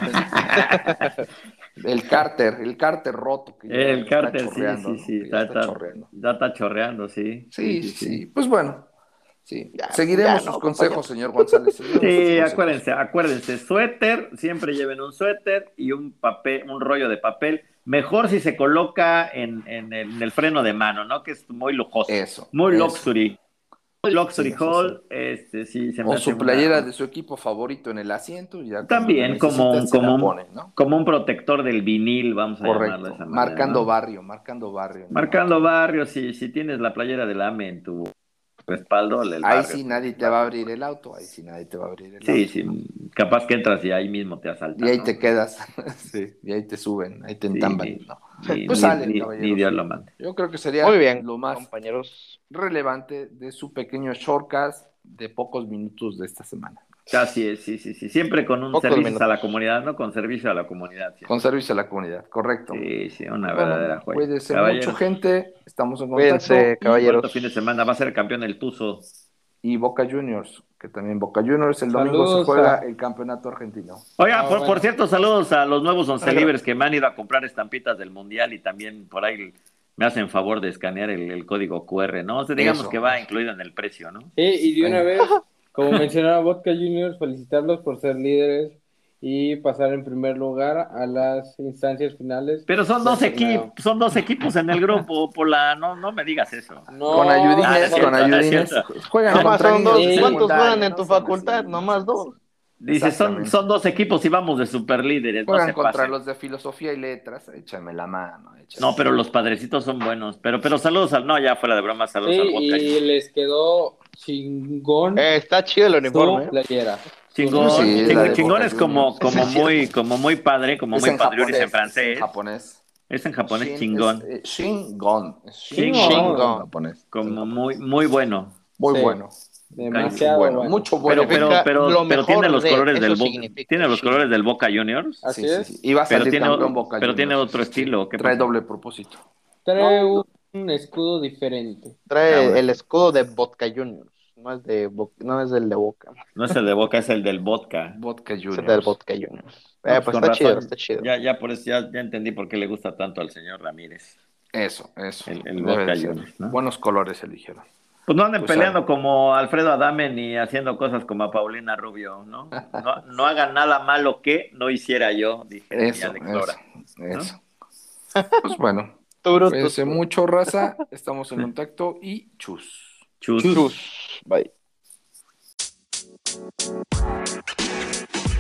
El cárter, el cárter roto. Que ya El está cárter, sí, chorreando, sí, ¿no? sí, Que ya está, está está- chorreando. ya está chorreando, sí. Sí, sí, sí. Pues bueno, sí. Ya, Seguiremos ya, sus no, consejos, señor González. seguiremos sus Sí, consejos. acuérdense, acuérdense, suéter, siempre lleven un suéter y un papel, un rollo de papel. Mejor si se coloca en, en el, en el freno de mano, ¿no? Que es muy lujoso. Eso, Muy eso. luxury. Muy luxury Sí, sí, hall, este, sí, se me O hace su una- playera de su equipo favorito en el asiento. Y ya cuando También la como, necesita, se como, la un, pone, ¿no? como un protector del vinil, vamos a llamarlo de Correcto. esa manera, Marcando ¿no? barrio, marcando barrio. ¿no? Marcando barrio, si, si tienes la playera del A M E en tu respaldo, el Ahí barrio. sí nadie te va a abrir el auto. Ahí sí nadie te va a abrir el Sí, auto. sí, capaz que entras y ahí mismo te asaltan. Y ahí ¿no? te quedas. Sí. Y ahí te suben, ahí te Sí, entamban. ni, ¿no? ni- Pues ni- sale, ni- caballeros. ni Dios lo mande. Yo creo que sería Muy bien, lo más compañeros. relevante de su pequeño shortcast de pocos minutos de esta semana. Así es, sí, sí, sí. Siempre con un Pocos servicio minutos. a la comunidad, ¿no? Con servicio a la comunidad. Sí, Con servicio a la comunidad, correcto. sí, sí, una Bueno, verdadera joya. cuídense Caballeros, mucho, gente. Estamos en Cuídense, contacto. Y- caballeros. cuarto fin de semana va a ser campeón el Tuzo. Y Boca Juniors, que también Boca Juniors el domingo Saludos se juega a- el campeonato argentino. Oiga, Ah, por, bueno. por cierto, saludos a los nuevos once Claro. libres que me han ido a comprar estampitas del Mundial y también por ahí me hacen favor de escanear el, el código Q R, ¿no? O sea, digamos Eso. que va incluido en el precio, ¿no? Sí, y de una Ahí. vez, como mencionaba Vodka Juniors, felicitarlos por ser líderes y pasar en primer lugar a las instancias finales. Pero son dos del torneo. equipos, son dos equipos en el grupo, Pola, no, no me digas eso. No, con Ah, no ayudines, es cierto, con no es ayudines. cierto. Juegan Nomás contra son niños dos. de ¿Cuántos secundaria, juegan en no tu sean facultad? así, no Nomás sean dos. así. Dice, son, Exactamente. son dos equipos y vamos de superlíderes, no Juegan se contra pasen. los de filosofía y letras. Échame la mano. échame. No, pero los padrecitos son buenos. Pero, pero saludos al, no, ya fuera de broma, saludos Sí, al Vodka. y les quedó chingón Eh, está chido el uniforme. su ¿eh? playera. Chingón, Sí, ching- la de chingón Boca es como, Juniors. como muy, como muy padre, como Es muy en padriones en japonés, francés. es en japonés. Es en japonés Shin chingón. es, eh, Shingon. Es Shingon. Shingon en japonés. Como muy, muy bueno. Muy Sí. bueno. Demasiado bueno, bueno. mucho bueno. Pero, pero, Significa pero, lo pero mejor tiene los de- colores eso del Boca, significa tiene los Shin. colores del Boca Juniors, Así Sí, sí, es. sí. Y va a pero salir tiene, campeón Boca pero tiene Juniors. otro estilo. ¿Qué Trae pasó? doble propósito. Trae un escudo diferente. Trae Ah, bueno. el escudo de Vodka Juniors. No es, de, Bo- no es del de Boca. No es el de Boca, es el del vodka. Vodka Es Juniors. el del Vodka Juniors. No, Eh, pues pues con está chido, razón. está chido. Ya, ya por eso ya, ya entendí por qué le gusta tanto al señor Ramírez. Eso, eso. El- el Debe Boca de ser. Juniors, ¿no? Buenos colores eligieron. Pues no anden Pues, peleando como Alfredo Adame ni haciendo cosas como a Paulina Rubio, ¿no? No, no hagan nada malo que no hiciera yo, dije Eso, Alex Lora. eso. eso. Pues bueno, Tu bruto. cuídense mucho, raza. Estamos en contacto y chus. Chus. Chus. Bye.